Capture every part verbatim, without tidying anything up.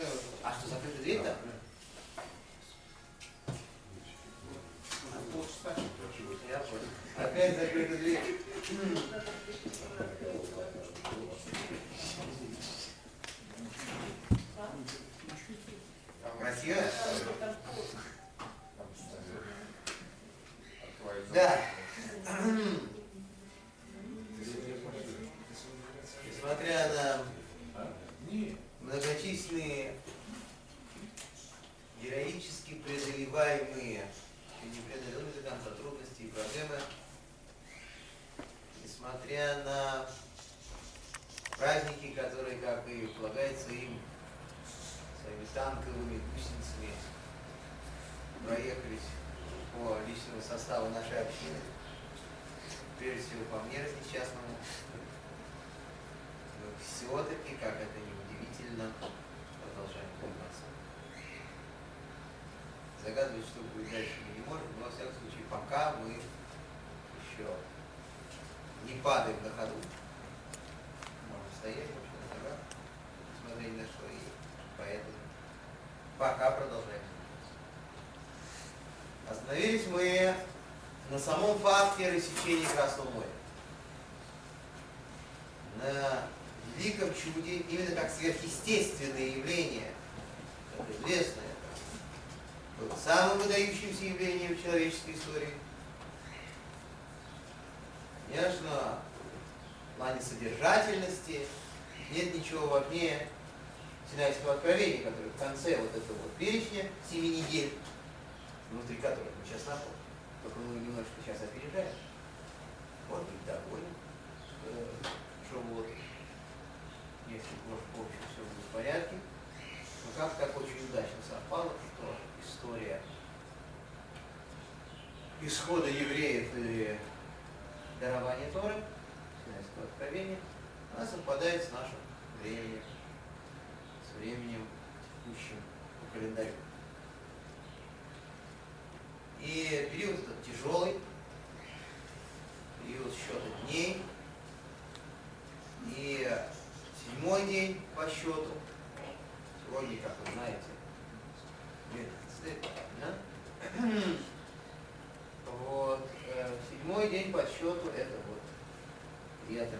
конечно, а что, закрыта дверь там? Я понял. Опять закрыта дверь. Красиво? Да. Несмотря на многочисленные героически преодолеваемые и непреодоленные до конца трудности и проблемы, несмотря на праздники, которые, как и полагается им, своими танковыми гусеницами проехались по личному составу нашей общины, прежде всего по мне несчастному, мы все-таки, как это ни удивительно, продолжаем заниматься. Загадывать, что будет дальше, мы не можем, но во всяком случае, пока мы еще не падаем на ходу. Можем стоять, вообще на ногах, несмотря ни на что, и поэтому пока продолжаем. Остановились мы на самом факте рассечения Красного моря. На великом чуде, именно как сверхъестественное явление, как известное, было самым выдающимся явлением в человеческой истории. Конечно, в плане содержательности нет ничего важнее Синайского откровения, которое в конце вот этого вот перечня семи недель, внутри которых мы сейчас находимся. Только мы немножко сейчас опережаем. Вот быть доволен, что вот, если может помнить, все будет в порядке. Но как так очень удачно совпало, что история исхода евреев и дарования Торы, Синайского откровения, она совпадает с нашим временем, с временем текущим по календарю. И период этот тяжелый, период счета дней, и седьмой день по счету, сегодня, как вы знаете, двенадцатый, да? Вот, э, седьмой день по счету это вот это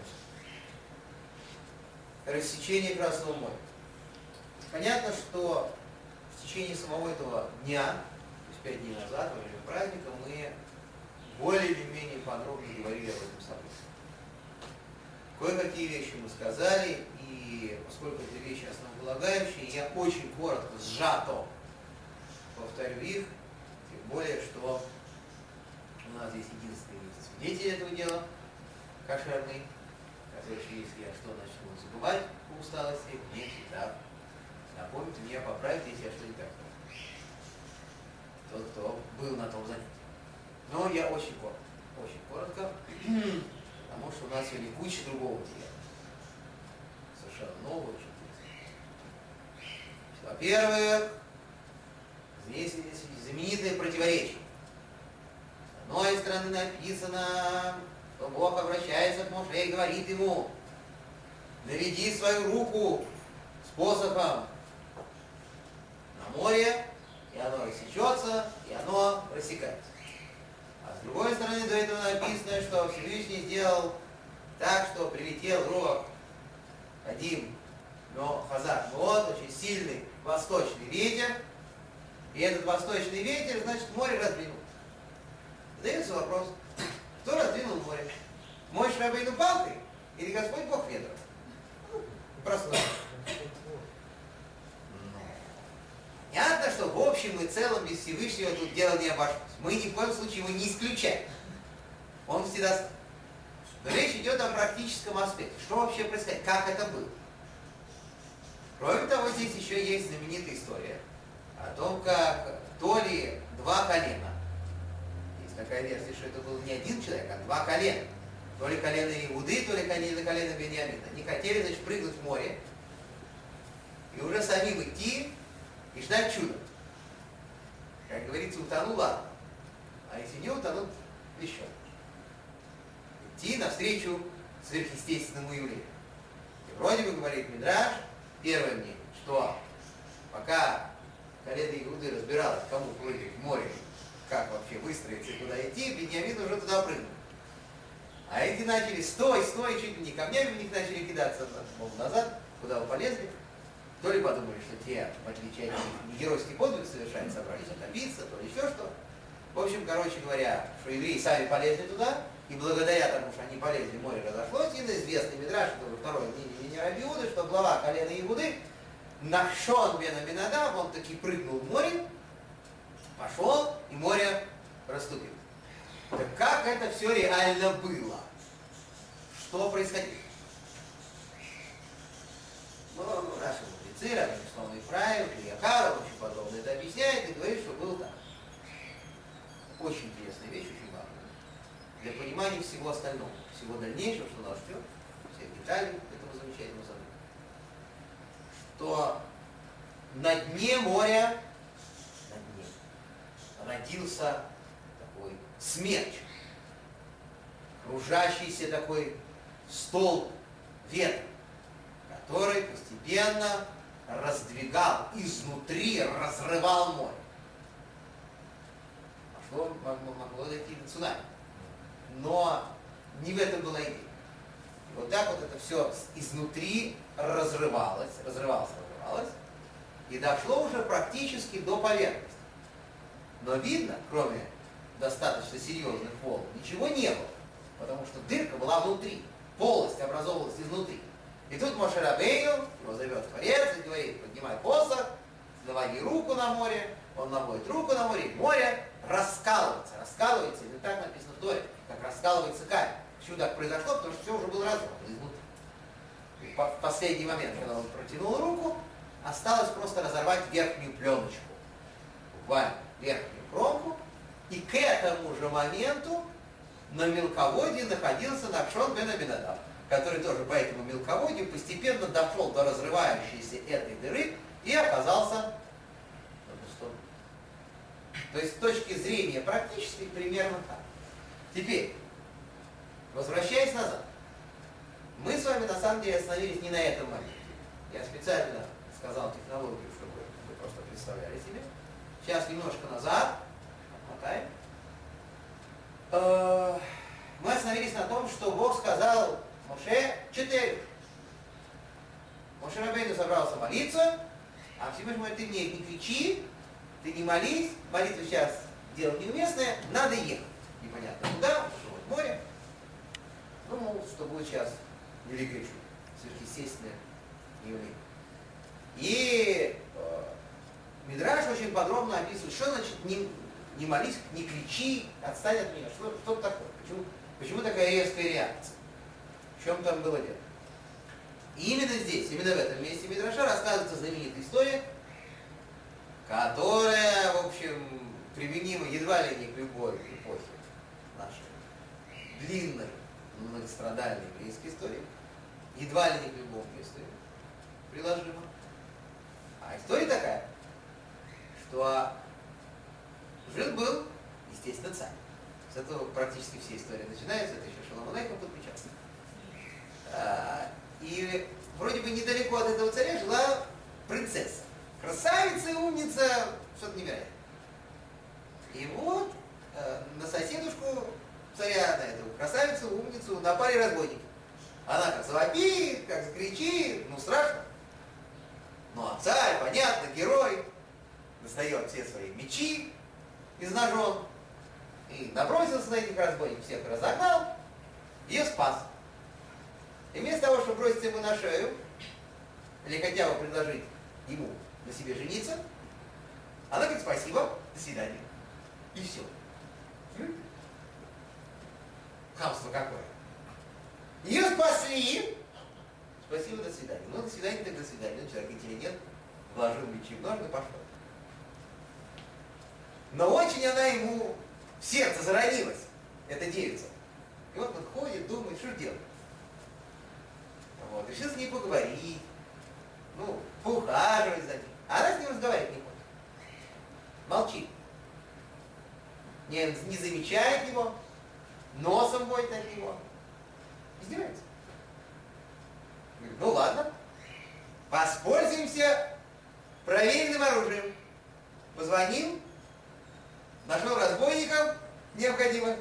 рассечение Красного моря. Понятно, что в течение самого этого дня, пять дней назад, во время праздника, мы более или менее подробно говорили об этом событии. Кое-какие вещи мы сказали, и поскольку это вещи основополагающие, я очень коротко, сжато повторю их, тем более, что у нас здесь единственный есть свидетель этого дела, кошерный, который, если я что начну забывать по усталости, мне всегда напомнит, меня поправит, если я что не так скажу. Тот, кто был на том занятии. Но я очень коротко, очень коротко, потому что у нас сегодня куча другого материала. Совершенно нового, очень интересного. Во-первых, здесь знаменитое противоречие. С одной стороны написано, что Бог обращается к Моше и говорит ему: наведи свою руку с посохом на море, и оно рассечется, и оно рассекается. А с другой стороны, до этого написано, что Всевышний сделал так, что прилетел руах Кадим, но Хазак, вот, очень сильный восточный ветер, и этот восточный ветер, значит, море раздвинул. Задается вопрос, кто раздвинул море? Моше Рабейну палкой или Господь Бог ветром? Просто. Понятно, что в общем и целом без Всевышнего тут дело не обошлось. Мы ни в коем случае его не исключаем. Он всегда... Но речь идет о практическом аспекте. Что вообще происходит? Как это было? Кроме того, здесь еще есть знаменитая история о том, как то ли два колена, есть такая версия, что это был не один человек, а два колена. То ли колено Иуды, то ли колено, колено Беньямина. Они хотели, значит, прыгнуть в море и уже самим идти и ждать чуда. Как говорится, утонул, ладно. А если не утонут, еще. Идти навстречу сверхъестественному явлению. И вроде бы говорит Мидраш, первое мнение, что кому прыгать в море, как вообще выстроиться и куда идти, Беньямин уже туда прыгнул. А эти начали, стой, стой, чуть ли не камнями в них начали кидаться назад, куда вы полезли. То ли подумали, что те, в отличие от них, не геройский подвиг совершать, собрались утопиться, то ли еще что. В общем, короче говоря, что евреи сами полезли туда, и благодаря тому, что они полезли, море разошлось, и на известный мидраш, это уже второе мнение Раби Иуды, что глава колена Иуды, Нахшон бен Аминадаб, он таки прыгнул в море, пошел, и море расступилось. Так как это все реально было? Что происходило? Ну, наши мудрецы, Равин Ифраим, Якаров очень подробно это объясняет и говорит, что было так. Очень интересная вещь, очень важная. Для понимания всего остального, всего дальнейшего, что нас ждет, всех деталей этого замечательного события. Что на дне моря, на дне, родился такой смерч, кружащийся такой столб ветра, который постепенно раздвигал изнутри, разрывал море. Могло, могло, могло дойти до цунами. Но не в этом была идея. И вот так вот это все изнутри разрывалось, разрывалось, разрывалось, и дошло уже практически до поверхности. Но видно, кроме достаточно серьезных волн, ничего не было, потому что дырка была внутри, полость образовывалась изнутри. И тут Моше Рабейну, его зовет Творец и говорит: поднимай посох, наводи руку на море, он наводит руку на море, и море раскалывается, раскалывается, и так написано в Торе, как раскалывается камень. Почему так произошло? Потому что все уже было разорвано изнутри. И в последний момент, когда он протянул руку, осталось просто разорвать верхнюю пленочку, буквально верхнюю кромку, и к этому же моменту на мелководье находился Нахшон бен Аминадаб, который тоже по этому мелководью постепенно дошел до разрывающейся этой дыры и оказался на пустом. То есть с точки зрения практически примерно так. Теперь, возвращаясь назад, мы с вами на самом деле остановились не на этом моменте. Я специально сказал технологию, чтобы вы просто представляли себе. Сейчас немножко назад, отмотаем. Мы остановились на том, что Бог сказал Моше четыре. Моше Рабейну собрался молиться, а Всевышний говорит: ты мне не кричи, ты не молись, молитва сейчас дело неуместное, надо ехать. Непонятно куда, в море. Ну, мол, что будет сейчас великое чудо, сверхъестественное явление. И э, Мидраш очень подробно описывает, что значит не, не молись, не кричи, отстань от меня, что, что такое, почему, почему такая резкая реакция, в чем там было дело. И именно здесь, именно в этом месте Мидраша рассказывается знаменитая история, которая, в общем, применима едва ли не к любой эпохе нашей длинной, многострадальной еврейской истории, едва ли не к любому месту приложима. А история такая, что жил-был, естественно, царь. С этого практически все истории начинаются, это еще Шолом Алейхем подключался. И вроде бы недалеко от этого царя жила принцесса. Красавица и умница, что-то невероятное. И вот э, на соседушку царя, на эту красавицу, умницу, напали разбойники. Она как завопит, как закричит, ну страшно. Ну а царь, понятно, герой, достает все свои мечи из ножом и набросился на этих разбойников, всех разогнал, ее спас. И вместо того, чтобы броситься ему на шею, или хотя бы предложить ему на себе жениться, она говорит: спасибо, до свидания. И все. Хамство какое. Ее спасли. Спасибо, до свидания. Ну, до свидания, так до свидания. Ну, человек интеллигент, вложил мечи в ножны и пошел. Но очень она ему в сердце заронилась, эта девица. И вот он ходит, думает, что делать. Вот, решил с ней поговорить, ну, поухаживать за ней. А она с ним разговаривать не хочет. Молчит. Не, не замечает его, носом водит от него. Издевается. Говорит: ну ладно, воспользуемся проверенным оружием. Позвонил Нашел разбойников необходимых.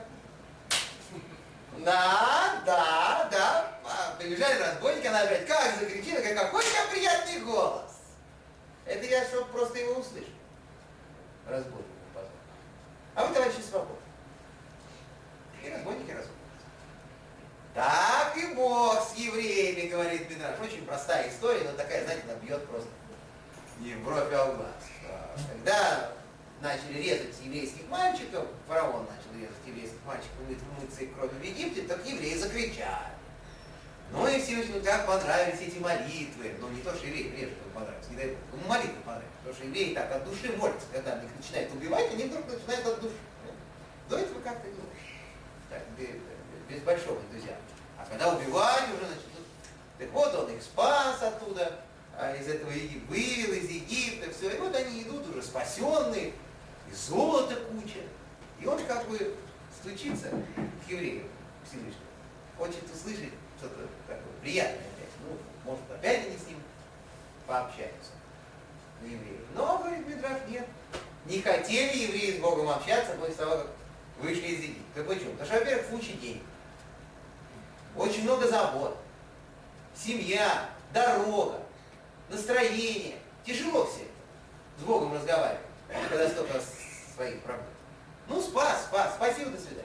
Да, да, да. Прибежали разбойники, она опять как закричала, какой у тебя приятный голос. Это я, чтобы просто его услышал. Разбойник позвал. А вы, товарищи, свободны. И разбойники разумеются. Так и Бог с евреями, говорит Мидраш. Очень простая история, но такая, знаете, она бьет просто не в бровь, а в глаз. Когда начали резать еврейских мальчиков, фараон начал резать еврейских мальчиков, мыться их кровью в Египте, так евреи закричали. Ну и Всевышнему как понравились эти молитвы. Ну не то, что евреи прежде всего понравились, не дай бог, ну молитвы понравились. Потому что евреи так от души молятся, когда их начинают убивать, они вдруг начинают от души. До этого как-то не очень. Так, без, без большого энтузиазма. А когда убивали уже, значит, так вот он их спас оттуда, а из этого Египта, вывел из Египта, все. И вот они идут уже спасенные, и золото куча. И он как бы стучится к еврею Всевышнему. Хочет услышать что-то такое приятное опять. Ну, может, опять они с ним пообщаются. Евреи. Но, говорит Мидраш, нет. Не хотели евреи с Богом общаться после того, как вышли из Египта. Почему? Потому что, во-первых, куча денег. Очень много забот. Семья, дорога, настроение. Тяжело все это. С Богом разговаривать, когда столько своих проблем. Ну, спас, спас, спасибо, до свидания.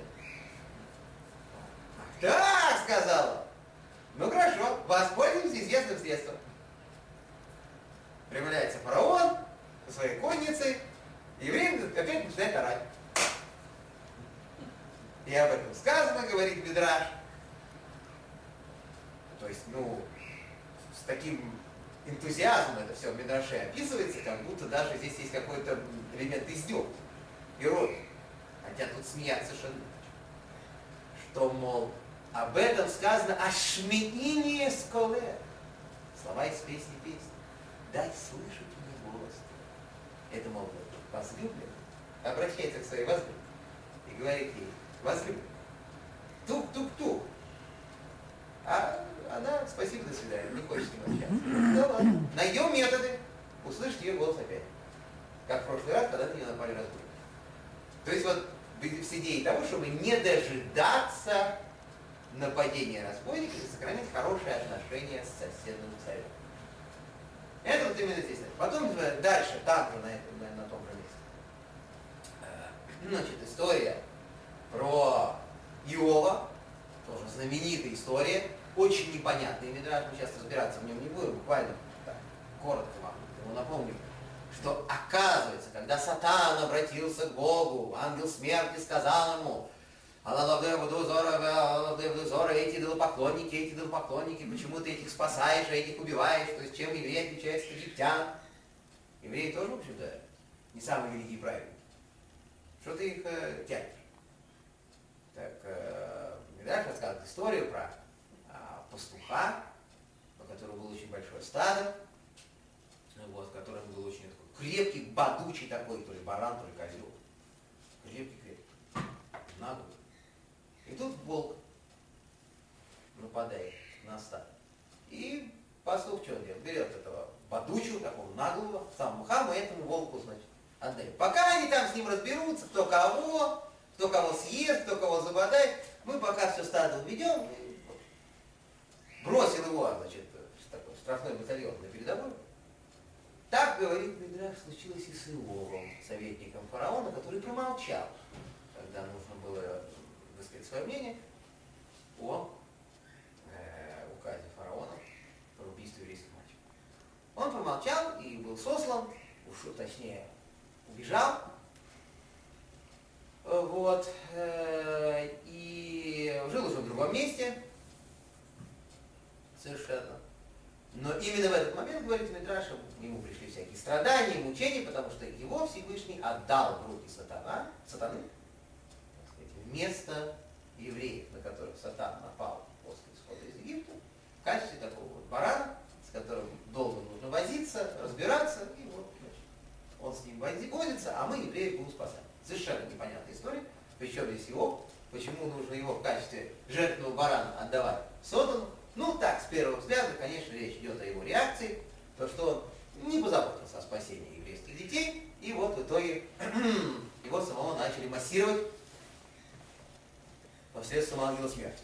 Так, сказала. Ну хорошо, воспользуемся известным средством. Прибавляется фараон со своей конницей, и время опять начинает орать. И об этом сказано, говорит Мидраш. То есть, ну, с таким энтузиазмом это все в Мидраше описывается, как будто даже здесь есть какой-то элемент издевки, иронии. Хотя тут смеяться совершенно. Что, мол, об этом сказано о шмиине сколе. Слова из песни песни. Дай слышать мне голос. Это, мол, возлюбленный обращается к своей возлюбленной и говорит ей: возлюбленный, тук-тук-тук. А она: спасибо, до свидания, не хочет с ним общаться. Да ладно. Найдем методы, услышать ее голос опять. Как в прошлый раз, когда на нее напали разбойники. То есть вот с идеей того, чтобы не дожидаться нападения разбойников и сохранить хорошие отношения с соседним царем. Это вот именно здесь. Потом дальше, там же, на, этом, на, на том же месте. Значит, история про Иова, тоже знаменитая история, очень непонятный Мидраш, мы сейчас разбираться в нем не будем, буквально так, коротко вам его напомню, что оказывается, когда Сатан обратился к Богу, ангел смерти сказал ему: эти идолопоклонники, эти идолопоклонники, почему ты этих спасаешь, а этих убиваешь, то есть чем евреи отличаются от египтян? Евреи тоже, в общем-то, не самые великие праведники. Что ты их э, тянешь? Так, э, Мидраш рассказывает историю про э, пастуха, у которого было очень большое стадо, вот, в котором был очень такой крепкий, бодучий такой, то ли баран, то ли козел. Крепкий, крепкий. Наглый. И тут волк нападает на стадо. И пастух что делает? Берет этого бодучего, такого наглого, самого хама, и этому волку, значит, отдает. Пока они там с ним разберутся, кто кого, кто кого съест, кто кого забодает, мы пока все стадо уведем. И бросил его, значит, такой штрафной батальон на передовой. Так, говорит Мидраш, случилось и с Иовом, советником фараона, который промолчал, когда нужно было высказать свое мнение о э, указе фараона про убийство еврейских мальчиков. Он промолчал и был сослан, ушел, точнее, убежал. Вот, э, и жил уже в другом месте, совершенно. Но именно в этот момент, говорит Мидраш, ему пришли всякие страдания, мучения, потому что его Всевышний отдал в руки сатана, сатаны, так сказать, вместо евреев, на которых сатан напал после исхода из Египта, в качестве такого вот барана, с которым долго нужно возиться, разбираться, и вот, значит, он с ним возится, а мы евреев будем спасать. Совершенно непонятная история. Причем здесь его, почему нужно его в качестве жертвенного барана отдавать сатану. Ну так, с первого взгляда, конечно, речь идет о его реакции, то что он не позаботился о спасении еврейских детей, и вот в итоге его самого начали массировать посредством ангела смерти.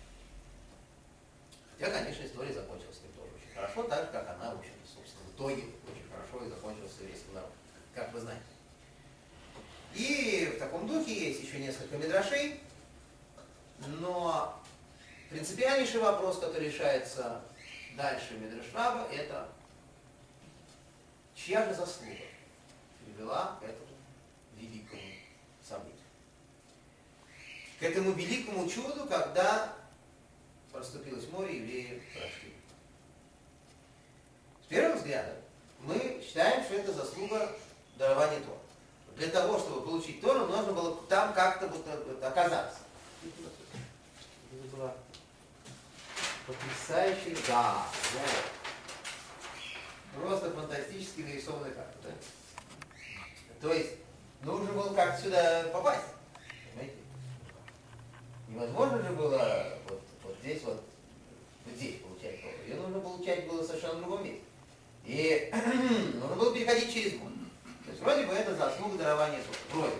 Хотя, конечно, история закончилась не тоже очень хорошо, так же, как она, в общем-то, собственно, в итоге очень хорошо и закончилась с еврейским народом, как вы знаете. И в таком духе есть еще несколько мидрашей, но принципиальнейший вопрос, который решается дальше Мидраш Раба, это чья же заслуга привела к этому великому событию. К этому великому чуду, когда проступилось море, евреи прошли. С первого взгляда мы считаем, что это заслуга дарования Торы. Для того, чтобы получить Тору, нужно было там как-то вот, вот оказаться. Это была потрясающая, да, вот. Просто фантастически нарисованная карта, да? То есть нужно было как-то сюда попасть. Понимаете? Невозможно же было вот, вот здесь вот, вот здесь получать Тору. Ее нужно получать было совершенно в другом месте. И нужно было переходить через море. То есть вроде бы это заслуга дарования Торы. Вроде.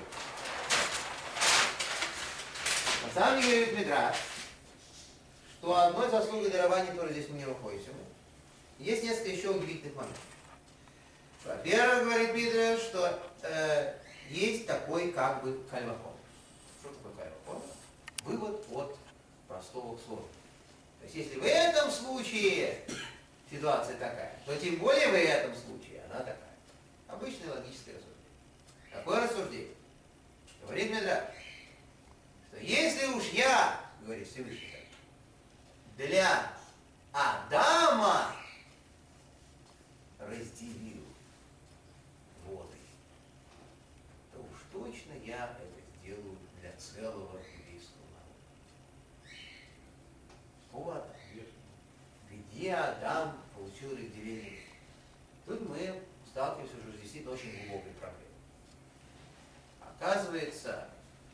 На самом деле говорит Мидраш, что одной заслугой дарования Торы здесь мы не выходим. Есть несколько еще удивительных моментов. Во-первых, говорит Мидраш, что э, есть такой как бы кальвахон. Что такое кальвахон? Вывод от простого к сложному. То есть если в этом случае ситуация такая, то тем более в этом случае она такая. Обычное логическое рассуждение. Какое рассуждение? Говорит Мидраш, что если уж я, говорит Всевышний, для Адама разделил воды, то уж точно я это сделаю для целого еврейского народа. Вот где Адам получил разделение. Тут мы сталкиваемся уже с действительно очень глубокой проблемой. Оказывается,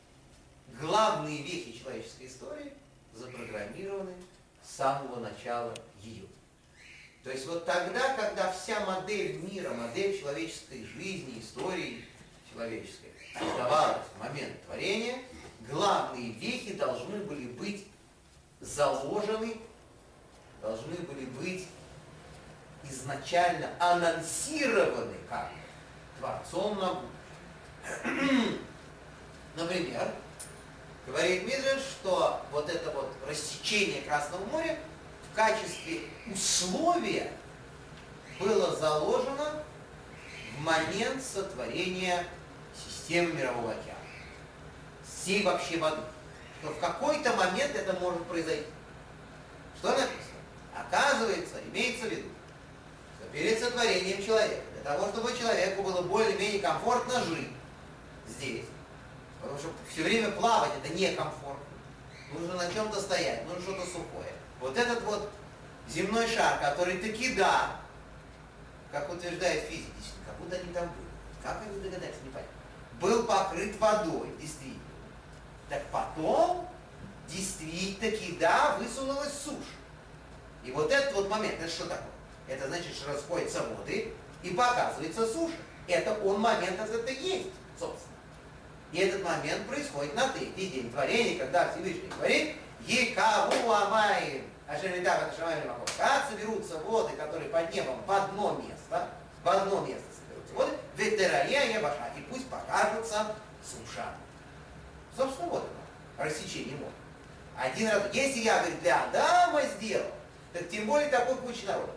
главные вехи человеческой истории запрограммированы с самого начала ее. То есть вот тогда, когда вся модель мира, модель человеческой жизни, истории человеческой создавалась в момент творения, главные вехи должны были быть заложены, должны были быть изначально анонсированы как Творцом на будущее. Например, говорит Мидраш, что вот это вот рассечение Красного моря в качестве условия было заложено в момент сотворения системы Мирового океана. Всей вообще воды. Что в какой-то момент это может произойти. Что написано? Оказывается, имеется в виду, что перед сотворением человека, для того, чтобы человеку было более-менее комфортно жить здесь, потому что все время плавать это некомфортно. Нужно на чем-то стоять, нужно что-то сухое. Вот этот вот земной шар, который таки да, как утверждает физики, как будто они там были. Как они догадались, не понятно. Был покрыт водой, действительно. Так потом, действительно, да, высунулась суша. И вот этот вот момент, это что такое? Это значит, что расходятся воды и показывается суша. Это он момент, это есть, собственно. И этот момент происходит на третий день творения, когда Всевышний говорит, «Екаву амаим, ашермитах аташамаим лимаком». Как соберутся воды, которые под небом в одно место, в одно место соберутся воды, «Ветерая ебаша», и пусть покажутся суша. Собственно, вот оно, рассечение моря. Один раз, если я, говорит, для Адама сделал, так тем более такой куча народа.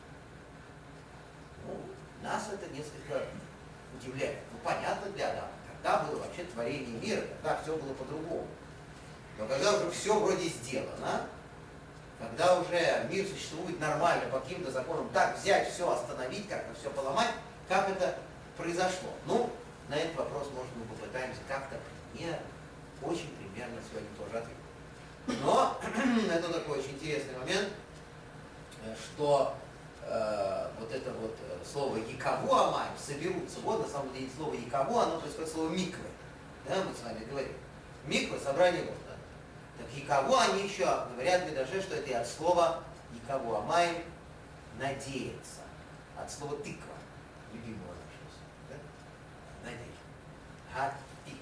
Ну, нас это несколько удивляет. Ну, понятно для Адама. Тогда было вообще творение мира, тогда все было по-другому. Но когда уже все вроде сделано, когда уже мир существует нормально, по каким-то законам, так взять все, остановить, как-то все поломать, как это произошло? Ну, на этот вопрос, может, мы попытаемся как-то не очень примерно сегодня тоже ответить. Но это такой очень интересный момент, что э, вот это вот слово «якаву амай» соберутся. Вот на самом деле слово «якаву», оно происходит от слова «миквы». Да, мы с вами говорим. Миквы — собрание вод. Да? Так «якаву» они еще говорят в Мидраше, что это и от слова «якаву амай» — надеяться. От слова «тыква», любимого нашего слова. Да? Надеяться. А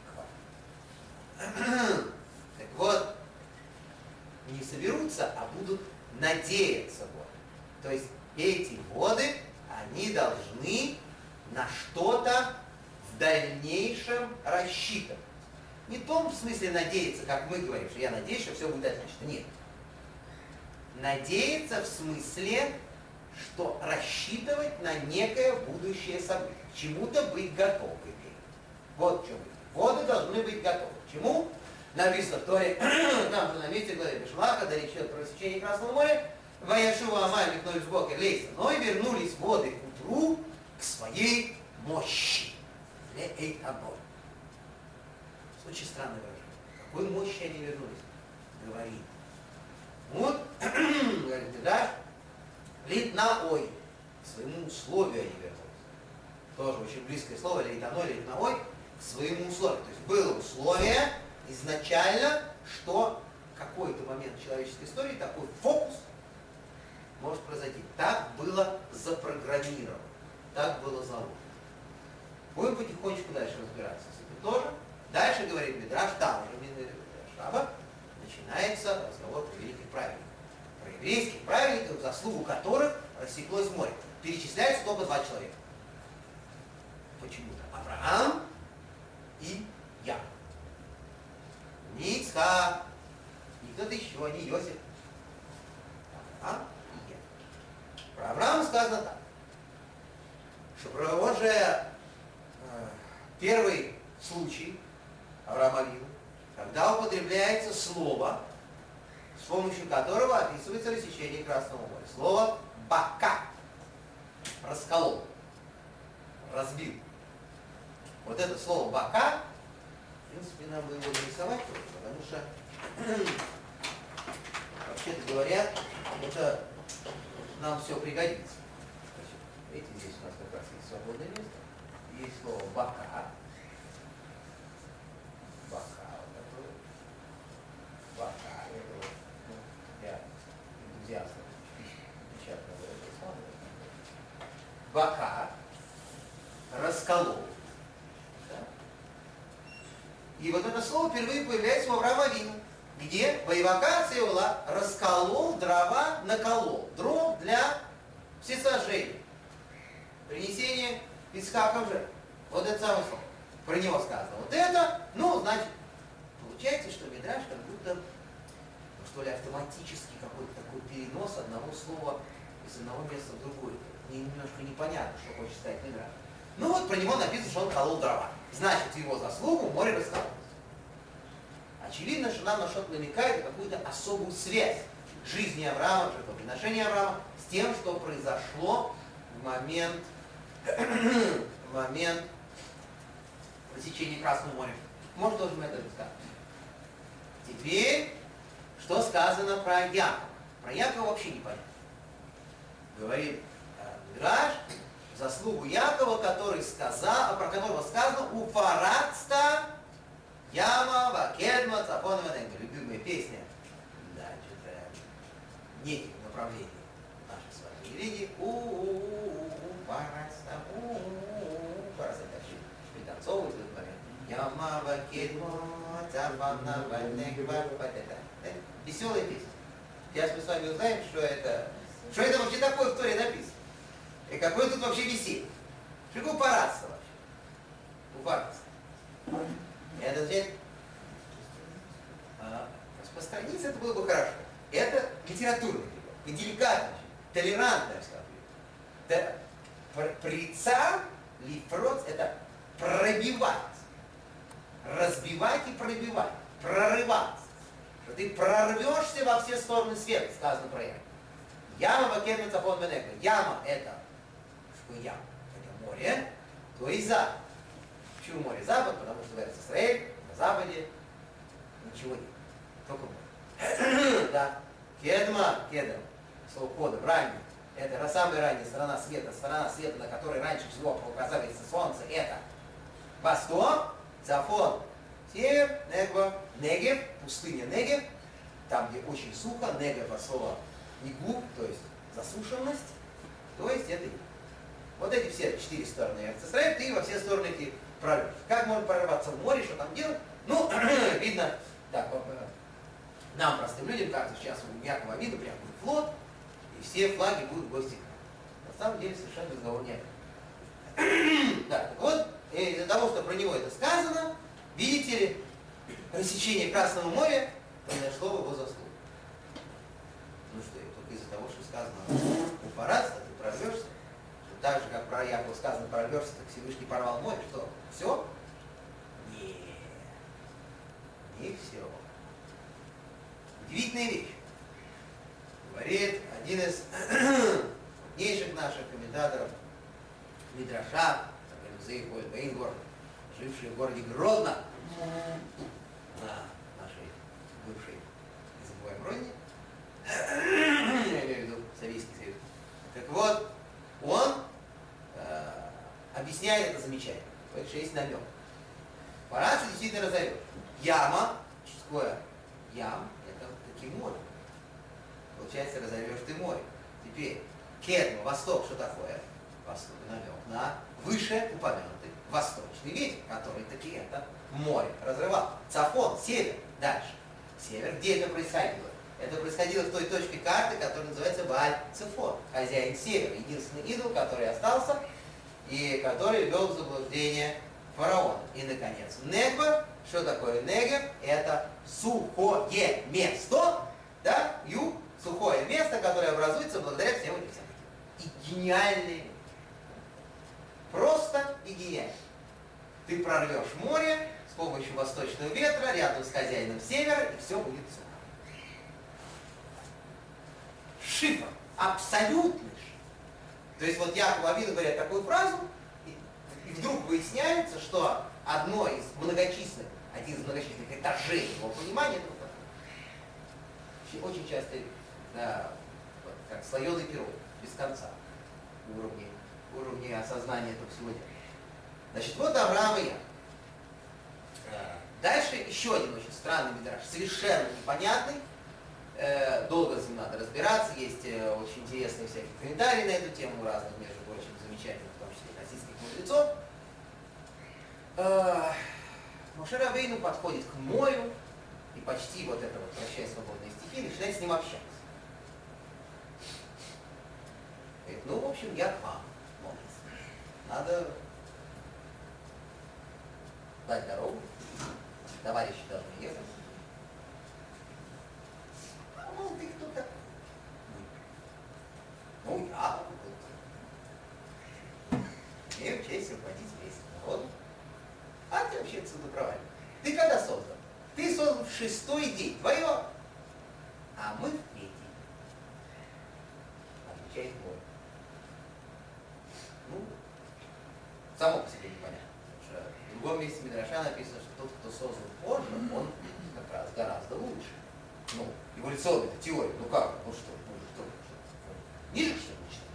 что-то в дальнейшем рассчитывать. Не в том смысле надеяться, как мы говорим, что я надеюсь, что все будет отлично. Нет. Надеяться в смысле, что рассчитывать на некое будущее событие. К чему-то быть готовыми. Вот в чем. Воды должны быть готовы. К чему? Написано в Торе, там же на месте главе Бешлаха, когда речь идет про рассечение Красного моря, Ваяшува Амаль Михной Сбокер Лейса, но и вернулись воды к утру к своей мощи. Ле Эйтабор. Очень странное выражение. Какой мощи они вернулись? Говорит. Вот, говорит, да, литнаой, к своему условию они вернулись. Тоже очень близкое слово, литаной, литнаой, к своему условию. То есть было условие изначально, что в какой-то момент человеческой истории такой фокус может произойти. Так было запрограммировано, так было заложено. Будем потихонечку дальше разбираться с этим тоже. Дальше говорит Мидраш, там уже Шаба, начинается разговор про великих праведников. Про еврейских праведников, заслугу которых рассеклось море. Перечисляется только два человека. Почему-то Авраам и Яков. Не Ицхак, не кто-то еще, не Иосиф. Авраам и Яков. Про Авраама сказано так, что про он же э, первый случай Авраама Авину, когда употребляется слово, с помощью которого описывается рассечение Красного моря. Слово «бака» – расколол, разбил. Вот это слово «бака», в принципе, нам бы его нарисовать тоже, потому что, вообще-то говоря, это нам все пригодится. Значит, видите, здесь у нас как раз есть свободное место, есть слово «бака». Бака, вот такой. Бака, это вот, ну, для энтузиастов печатного этого самого. Бака, расколол. Да? И вот это слово впервые появляется у Авраама Авину, где воевакация была расколол, дрова наколол. Дров для всесожжения. Принесение Ицхака в жертву. Вот это самое слово. Про него сказано. Вот это, ну, значит, получается, что Мидраш как будто, ну, что ли, автоматически какой-то такой перенос одного слова из одного места в другое. Мне немножко непонятно, что хочет сказать Мидраш. Ну вот про него написано, что он колол дрова. Значит, в его заслугу море раскололось. Очевидно, что нам на что-то намекает какую-то особую связь жизни Авраама, жертвоприношения Авраама с тем, что произошло в момент, в момент рассечения Красного моря. Может, тоже мы это рассказать. Теперь, что сказано про Якова? Про Якова вообще непонятно. Говорит Мидраш, заслугу Якова, который сказал, про которого сказано «Уфаратста яма вакедма цапонова негба». Любимая песня, да, что-то неких направлений нашей с вами религии. У-у-у-у-фаратста, у-у-у-фаратста. Так что пританцовывают в этот момент. Яма вакедма цапонова негба. Веселая песня. Сейчас мы с вами узнаем, что это, что это вообще такое в Торе написано. И какое тут вообще веселье? Что такое парадство вообще? Упарство. Это означает, а, распространиться это было бы хорошо. Это литературный перевод. И деликатно, толерантно, я скажу. Это прица, лифроц, это пробивать. Разбивать и пробивать. Прорываться. Что ты прорвешься во все стороны света, сказано про Яма. Яма вакедма цапон венегба. Яма это что яма? Это море, то и запад. Почему море запад? Потому что в Израиле, на западе ничего нет. Только море. Да. Кедма, кедом, слово кодом, ранний. Это самая ранняя сторона света, сторона света, на которой раньше всего показывается солнце. Это восток, цафон, север, негва, негев, пустыня негев, там, где очень сухо, негев от слова негу, то есть засушенность, то есть это юг. Вот эти все четыре стороны Эрец-Исраэль, ты во все стороны эти прорвешь. Как можно прорваться в море, что там делать? Ну, видно, так, нам, простым людям, кажется, сейчас у Якова видно, прям будет флот, и все флаги будут в гости. На самом деле совершенно разговор нет. Да, так вот, из-за того, что про него это сказано, видите ли, рассечение Красного моря произошло в его заслугу. Ну что, только из-за того, что сказано, упораться, ты прорвешься, что так же, как про Якова сказано, прорвешься, так Всевышний порвал море, что, все? Нет, не все. Удивительная вещь. Говорит один из крупнейших наших комментаторов Мидраша, Зейхойд Бейнгор, живший в городе Гродно, на нашей бывшей незабываемой родине, я имею в виду Советский Союз. Так вот, он э, объясняет это замечательно. Говорит, что есть намек. Парашу действительно разорвет. Яма, что такое ям, это таки море. Получается, разорвешь ты море. Теперь, Кедма, восток, что такое? Восток, намек на выше упомянутый восточный ветер, который таки это море разрывал. Цафон, север, дальше. Север, где это происходило? Это происходило в той точке карты, которая называется Бааль-Цефон, хозяин севера, единственный идол, который остался и который ввел в заблуждение фараона. И, наконец, Негба. Что такое Негев? Это сухое место, да, юг, сухое место, которое образуется благодаря всем этим событиям. И гениальные. Просто и гениально. Ты прорвешь море с помощью восточного ветра рядом с хозяином севера, и все будет сухо. Шифр. Абсолютный шифр. То есть вот Яков Авину говорят такую фразу, и, и вдруг выясняется, что одно из многочисленных, один из многочисленных этажей его понимания, ну, очень часто, да, как слоеный пирог, без конца, уровни, уровни осознания этого всего дела. Значит, вот Авраам и я. Дальше еще один очень странный мидраш, совершенно непонятный. Долго с ним надо разбираться, есть очень интересные всякие комментарии на эту тему, разных, между прочим, замечательных, в том числе хасидских мудрецов. Моше Рабейну подходит к морю, и почти вот это вот «Прощай, свободные стихи» начинает с ним общаться. Говорит, ну, в общем, я к вам, молодец. Надо дать дорогу, товарищи должны ехать. А мол, ты кто такой? Ну, я. Имею честь руководить весь народ. А ты вообще отсюда провален. Ты когда создан? Ты создан в шестой день. Твое. А мы в третий. Отвечает море. Ну, само по себе непонятно. Потому что в другом месте Мидраша написано, что тот, кто создан позже, он как раз гораздо лучше. Ну, эволюционная теория. Ну как? Ну что? Ну что? что? Ниже, что ли, начинает?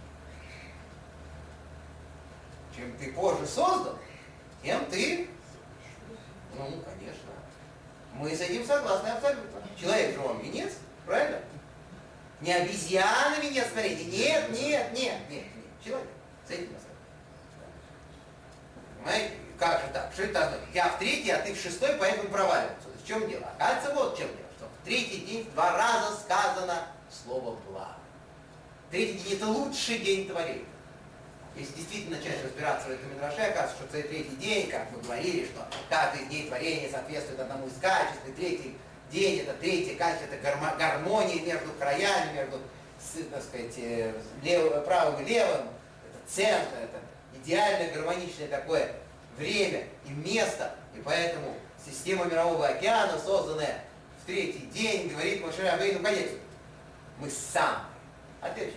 Чем ты позже создан, тем ты... Ну, конечно. Мы с этим согласны абсолютно. Человек же он венец, правильно? Не обезьяна венец, смотрите. Нет, нет, нет, нет, нет. Человек. С этим я согласен. Понимаете? Как же так? Что это значит? Я в третий, а ты в шестой, поэтому проваливаться. В чем дело? Оказывается, вот в чем дело. Что в третий день два раза сказано слово «благо». Третий день – это лучший день творения. Если действительно начать разбираться в этом мидраше, оказывается, что целый третий день, как мы говорили, что каждый день творения соответствует одному из качеств, и третий день, это третье качество, это гармония между краями, между, так сказать, лев, правым и левым, это центр, это идеальное гармоничное такое время и место, и поэтому система Мирового океана, созданная в третий день, говорит Моше Рабейну, конечно, мы сам, опять же,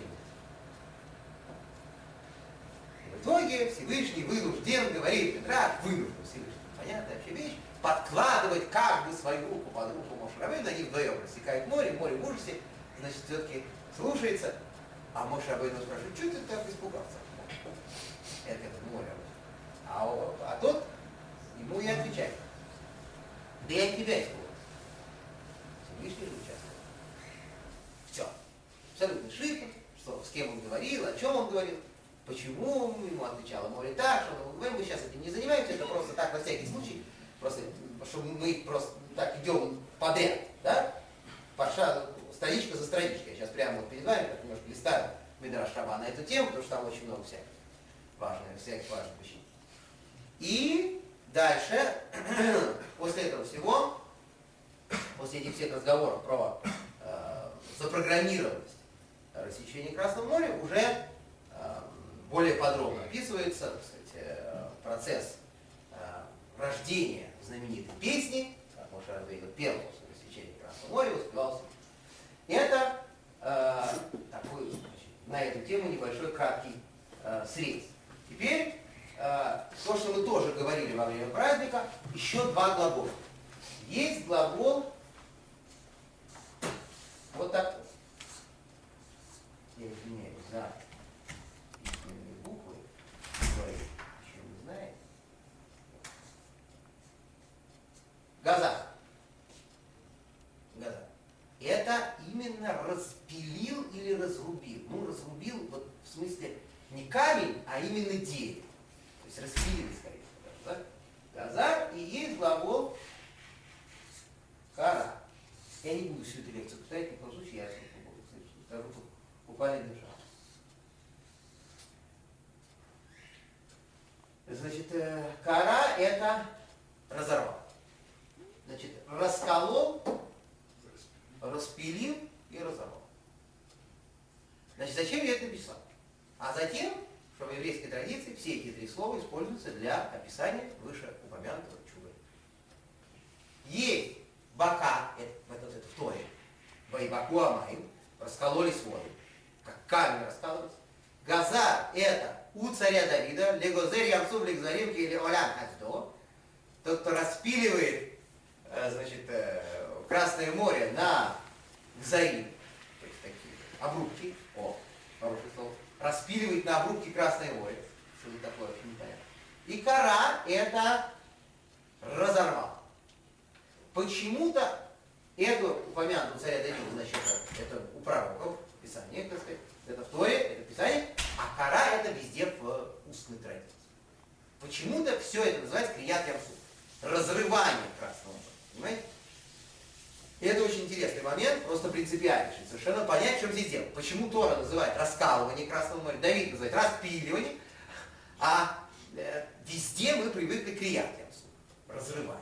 в итоге Всевышний вынужден, говорит Мидраш, вынужден Всевышний, понятная вообще вещь, подкладывать как бы свою руку под руку Моше Рабейну, они вдвоем рассекают море, море в ужасе, значит, все-таки слушается, а Моше Рабейну спрашивает, что ты так испугался? Это, это море. А, а тот ему и отвечает, да я от тебя испугался. Всевышний же участвует. Все. Абсолютный шифр, что, с кем он говорил, о чем он говорил. Почему ему отвечало море так, что мы, мы сейчас этим не занимаемся, это просто так на всякий случай, просто, чтобы мы просто так идем подряд, да? Парша, страничка за страничкой. Я сейчас прямо вот перед вами, как немножко листаю Мидраш Раба на эту тему, потому что там очень много всяких. важных, всяких важных вещей. И дальше, после этого всего, после этих всех разговоров про э, запрограммированность рассечения Красного моря, уже э, более подробно описывается, так сказать, э, процесс э, рождения знаменитой песни, как Моше Рабейну пел после рассечения Красного моря, успевался. Это э, такой, значит, на эту тему небольшой краткий э, срез. Теперь э, то, что мы тоже говорили во время праздника, еще два глагола. Есть глагол вот такой. Я извиняюсь за письменные буквы, говорю, еще не знаете. Газа. Газа. Это именно распилил или разрубил. Ну, разрубил вот в смысле не камень, а именно дерево. То есть распилил, скорее всего. Да? Газар, и есть глагол кара. Я не буду всю эту лекцию повторять, ни в коем случае я скажу буквально держал. Значит, кара это разорвал. Значит, расколол, распилил и разорвал. Значит, зачем я это написал? А затем, что в еврейской традиции все эти три слова используются для описания вышеупомянутого чуда. Есть бака, это, это, это в Торе, байбаку амаим, раскололись воды, как камень раскалывается. Газар это у царя Давида, легозер ямсув легзарим или олян хацдо, тот, кто распиливает, значит, Красное море на гзарим, то есть такие обрубки, о, хорошее слово, распиливает на обрубки Красное море, что это такое, вообще непонятно. И кара это разорвал. Почему-то эту упомянутую царя Давида, значит, это у пророков, Писание, так сказать, это в Торе, это Писание, а кара это везде в устной традиции. Почему-то все это называется крият ямсу, разрывание Красного моря, понимаете? И это очень интересный момент, просто принципиальный, совершенно понять, что здесь дело. Почему Тора называет раскалывание Красного моря, Давид называет распиливание, а э, везде мы привыкли к крият ямсу, разрывание.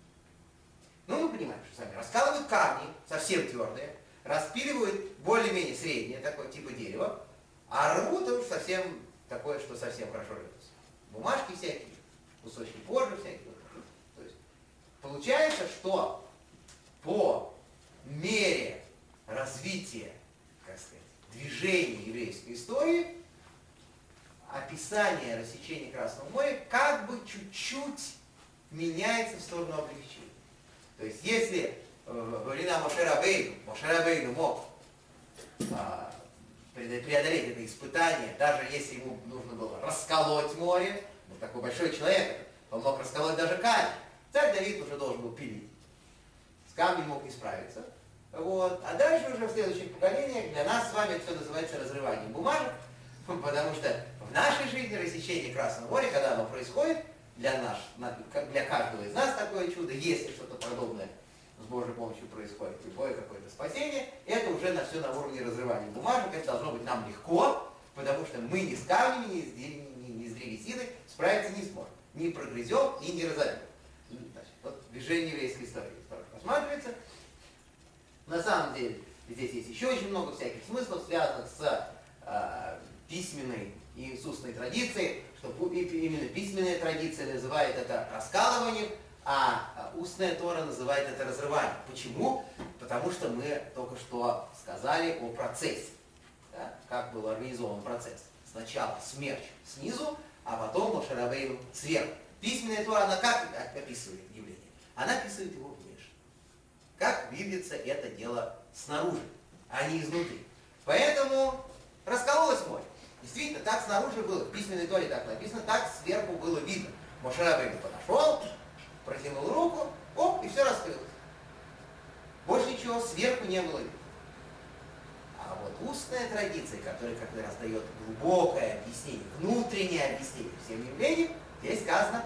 Ну, мы понимаем, что сами раскалывают камни, совсем твердые, распиливают более-менее среднее, такое типа дерева, а рвут уж совсем такое, что совсем хорошо рвется. Бумажки всякие, кусочки кожи всякие. То есть получается, что по мере развития, как сказать, движения еврейской истории, описание рассечения Красного моря как бы чуть-чуть меняется в сторону облегчения. То есть, если во времена Моше Рабейну, Моше Рабейну мог а, преодолеть это испытание, даже если ему нужно было расколоть море, ну, такой большой человек, он мог расколоть даже камень. Царь Давид уже должен был пилить. С камнем мог не справиться. Вот. А дальше уже в следующих поколениях для нас с вами это все называется разрыванием бумажек, потому что в нашей жизни рассечение Красного моря, когда оно происходит, для, нас, для каждого из нас такое чудо, если что-то подобное с Божьей помощью происходит, любое какое-то спасение, это уже на все на уровне разрывания бумажек, это должно быть нам легко, потому что мы ни с камнями, ни с, ни, ни с древесиной справиться не сможем. Не прогрызем и не разорвем. Значит, вот движение еврейской истории рассматривается. На самом деле, здесь есть еще очень много всяких смыслов, связанных с э, письменной и с устной традицией, что именно письменная традиция называет это раскалыванием, а устная Тора называет это разрыванием. Почему? Потому что мы только что сказали о процессе. Да? Как был организован процесс. Сначала смерч снизу, а потом Моше Рабейну сверху. Письменная Тора, она как описывает явление? Она описывает его внешне. Как видится это дело снаружи, а не изнутри. Поэтому раскололось море. Действительно, так снаружи было. В письменной Торе так написано, так сверху было видно. Моше Рабейну подошел, протянул руку, оп, и все раскрылось. Больше ничего сверху не было видно. А вот устная традиция, которая как раз дает глубокое объяснение, внутреннее объяснение всем явлениям, здесь сказано,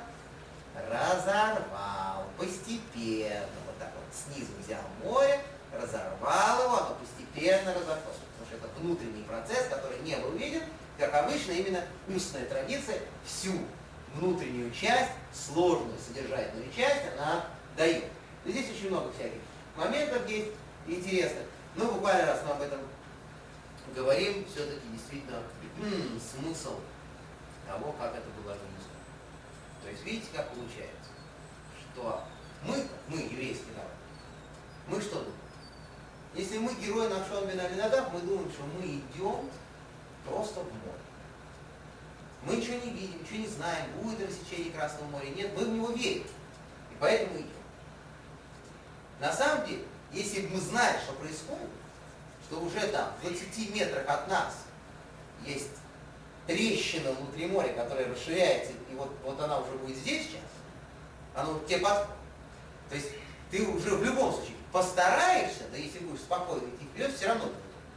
разорвал постепенно, вот так вот снизу взял море, разорвал его, оно постепенно разорвалось. Потому что это внутренний процесс, который не был виден, как обычно, именно устная традиция всю внутреннюю часть, сложную содержательную часть, она дает. Но здесь очень много всяких моментов есть интересных. Но буквально раз мы об этом говорим, все-таки действительно м-м, смысл того, как это было организовано. То есть видите, как получается, что мы, мы еврейский народ, мы что думаем? Если мы герои Нахшон бен Аминадаб, мы думаем, что мы идем просто в море. Мы ничего не видим, ничего не знаем, будет рассечение Красного моря, нет, мы в него верим. И поэтому идем. На самом деле, если бы мы знали, что происходит, что уже там в двадцати метрах от нас есть трещина внутри моря, которая расширяется, и вот, вот она уже будет здесь сейчас, она тебе подходит. То есть ты уже в любом случае постараешься, да если будешь спокойно идти вперед, все равно.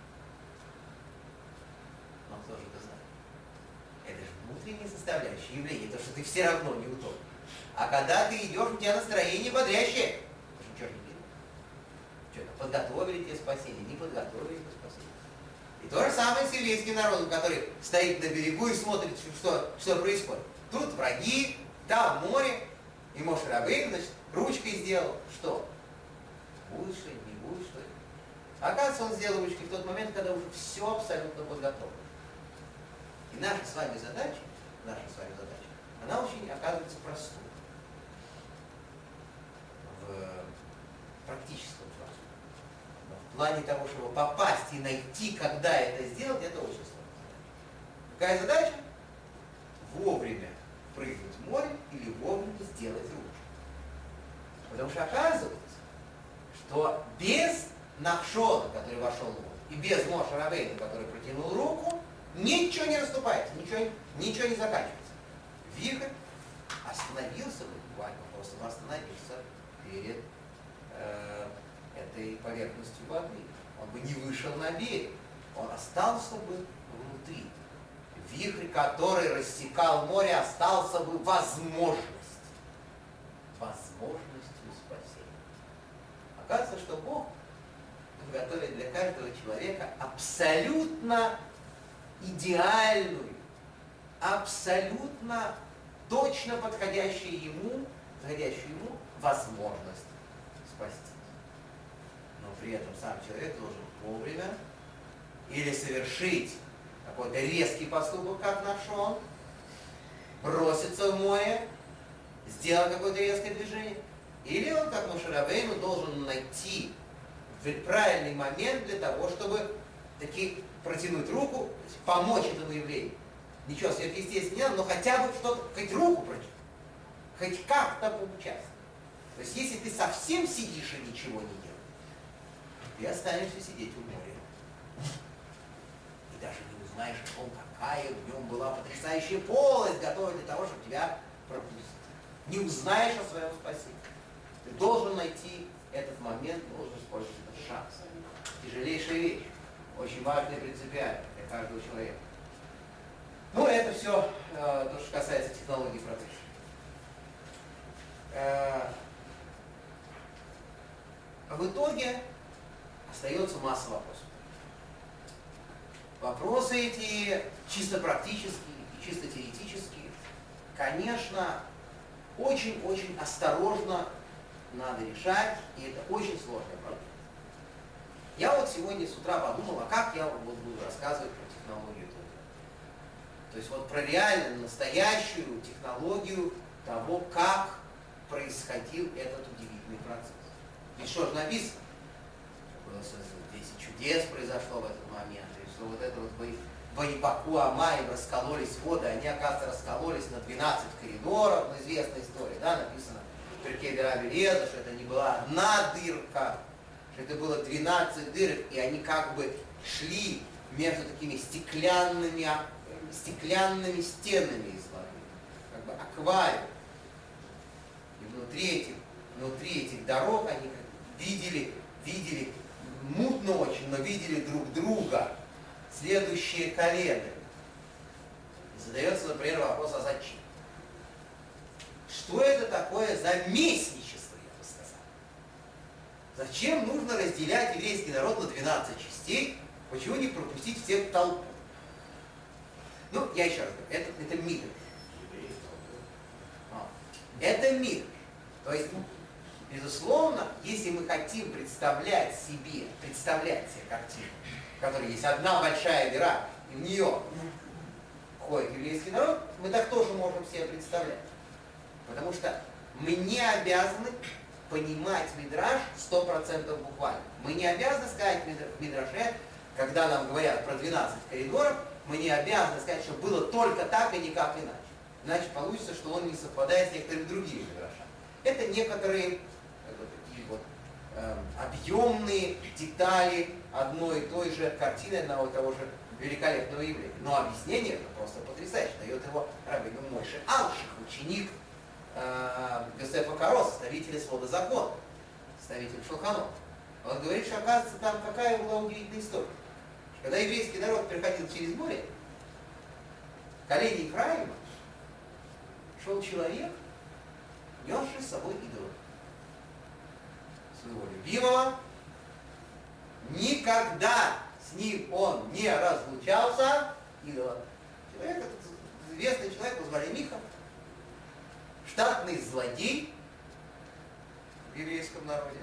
Но кто же это знает? Это же внутренняя составляющая явления, то, что ты все равно не утонешь. А когда ты идешь, у тебя настроение бодрящее. Ничего не видно. Что-то подготовили тебе спасение, не подготовили тебе спасение. И то же самое с еврейским народом, который стоит на берегу и смотрит, что, что происходит. Тут враги, там море, и Моше Рабейну, значит, ручкой сделал. Что? Будет что ли, не будет что ли? Оказывается, он сделал ручкой в тот момент, когда уже все абсолютно подготовлено. И наша с вами задача, наша с вами задача, она очень, оказывается, простой. В практическом плане. В плане того, чтобы попасть и найти, когда это сделать, это очень сложная задача. Какая задача? Вовремя прыгнуть в море или вовремя сделать ручку. Потому что оказывается, что без Нахшона, который вошел в воду, и без Моше Рабейну, который протянул руку, ничего не расступается, ничего, ничего не заканчивается. Вихрь остановился бы, буквально просто остановился перед э, этой поверхностью воды. Он бы не вышел на берег, он остался бы внутри. Вихрь, который рассекал море, остался бы возможностью, возможностью спасения. Оказывается, что Бог готовит для каждого человека абсолютно идеальную, абсолютно точно подходящую ему, подходящую ему возможность спастись. Но при этом сам человек должен вовремя или совершить какой-то резкий поступок, как Нахшон, броситься в море, сделать какое-то резкое движение, или он, как Моше Рабейну, должен найти правильный момент для того, чтобы таки протянуть руку, помочь этому еврею. Ничего сверхъестественного не надо, но хотя бы что-то, хоть руку протянуть, хоть как-то поучаствовать. То есть, если ты совсем сидишь и ничего не делаешь, ты останешься сидеть в море. И даже не узнаешь о том, какая в нем была потрясающая полость, готовая для того, чтобы тебя пропустить. Не узнаешь о своем спасении. Ты должен найти этот момент, должен использовать этот шанс. Тяжелейшая вещь, очень важная и принципиальная для каждого человека. Ну, это все э, то, что касается технологии процесса. Э, в итоге остается масса вопросов. Вопросы эти чисто практические и чисто теоретические, конечно, очень-очень осторожно надо решать, и это очень сложная проблема. Я вот сегодня с утра подумал, а как я вот буду рассказывать про технологию этого. То есть вот про реально настоящую технологию того, как происходил этот удивительный процесс. Ведь что же написано? Было десять чудес произошло в этот момент, и что вот это вот Ваипаку Амаим раскололись воды, они, оказывается, раскололись на двенадцать коридоров, ну, известная история, да, написано в Перкей Раби Элиэзер, что это не была одна дырка, что это было двенадцать дырок, и они как бы шли между такими стеклянными, стеклянными стенами из воды, как бы аквариум. И внутри этих, внутри этих дорог они видели, видели мутно очень, но видели друг друга, следующие колены. И задается, например, вопрос, а зачем? Что это такое за местничество, я бы сказал? Зачем нужно разделять еврейский народ на двенадцать частей? Почему не пропустить всех в толпу? Ну, я еще раз говорю, это, это мир. Это мир. То есть, безусловно, если мы хотим представлять себе, представлять себе картину, в которой есть одна большая дыра, и в нее входит еврейский народ, мы так тоже можем себе представлять. Потому что мы не обязаны понимать мидраш сто процентов буквально. Мы не обязаны сказать в мидраше, когда нам говорят про двенадцать коридоров, мы не обязаны сказать, что было только так и никак иначе. Иначе получится, что он не совпадает с некоторыми другими мидрашами. Это некоторые вот, такие вот э, объемные детали одной и той же картины, одного и того же великолепного явления. Но объяснение это просто потрясающе. Дает его Рабейну Мойше Алших, ученик э, Йосефа Каро, составителя свода закона, составитель Шулханот. Он говорит, что оказывается там какая была удивительная история. Когда еврейский народ переходил через море, в колене Ефраима шел человек, несший с собой идола. Своего любимого. Никогда с ним он не разлучался. Идола. Человек, этот известный человек, его звали Миха. Штатный злодей в еврейском народе.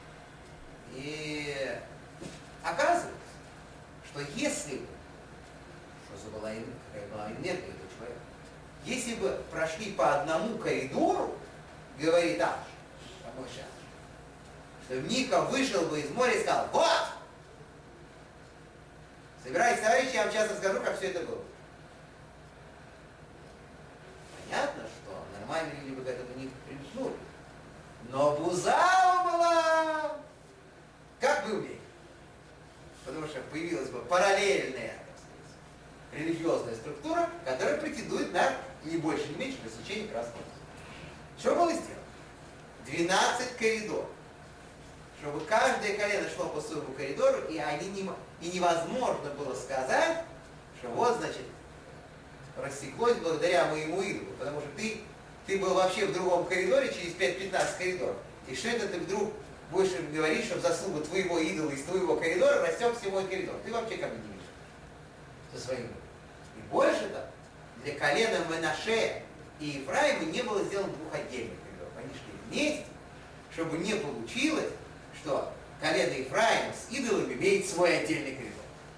И оказывается, что если бы, что за была энергия, какая была энергия этого человека, если бы прошли по одному коридору, говорит Аш, помой сейчас, что Миха вышел бы из моря и сказал: вот! Собирайтесь, товарищи, я вам сейчас расскажу, как все это было. Понятно, что нормальные люди бы к этому не примкнули. Но Бузау была, как вы умеете? Потому что появилась бы параллельная, так сказать, религиозная структура, которая претендует на не больше, не меньше рассечение красного. Что было сделано? двенадцать коридоров. Чтобы каждое колено шло по своему коридору, и, они не, и невозможно было сказать, что вот, значит, рассеклось благодаря моему идолу. Потому что ты, ты был вообще в другом коридоре, через пять-пятнадцать коридоров. И что это ты вдруг будешь говорить, что в заслугу твоего идола из твоего коридора растек всего этот коридор? Ты вообще как бы не видишь со своим идолом. И больше того, для колена Менаше и Ефраима не было сделано двух отдельных коридоров. Они шли вместе, чтобы не получилось, что колено Ефраима с идолами имеет свой отдельный коридор.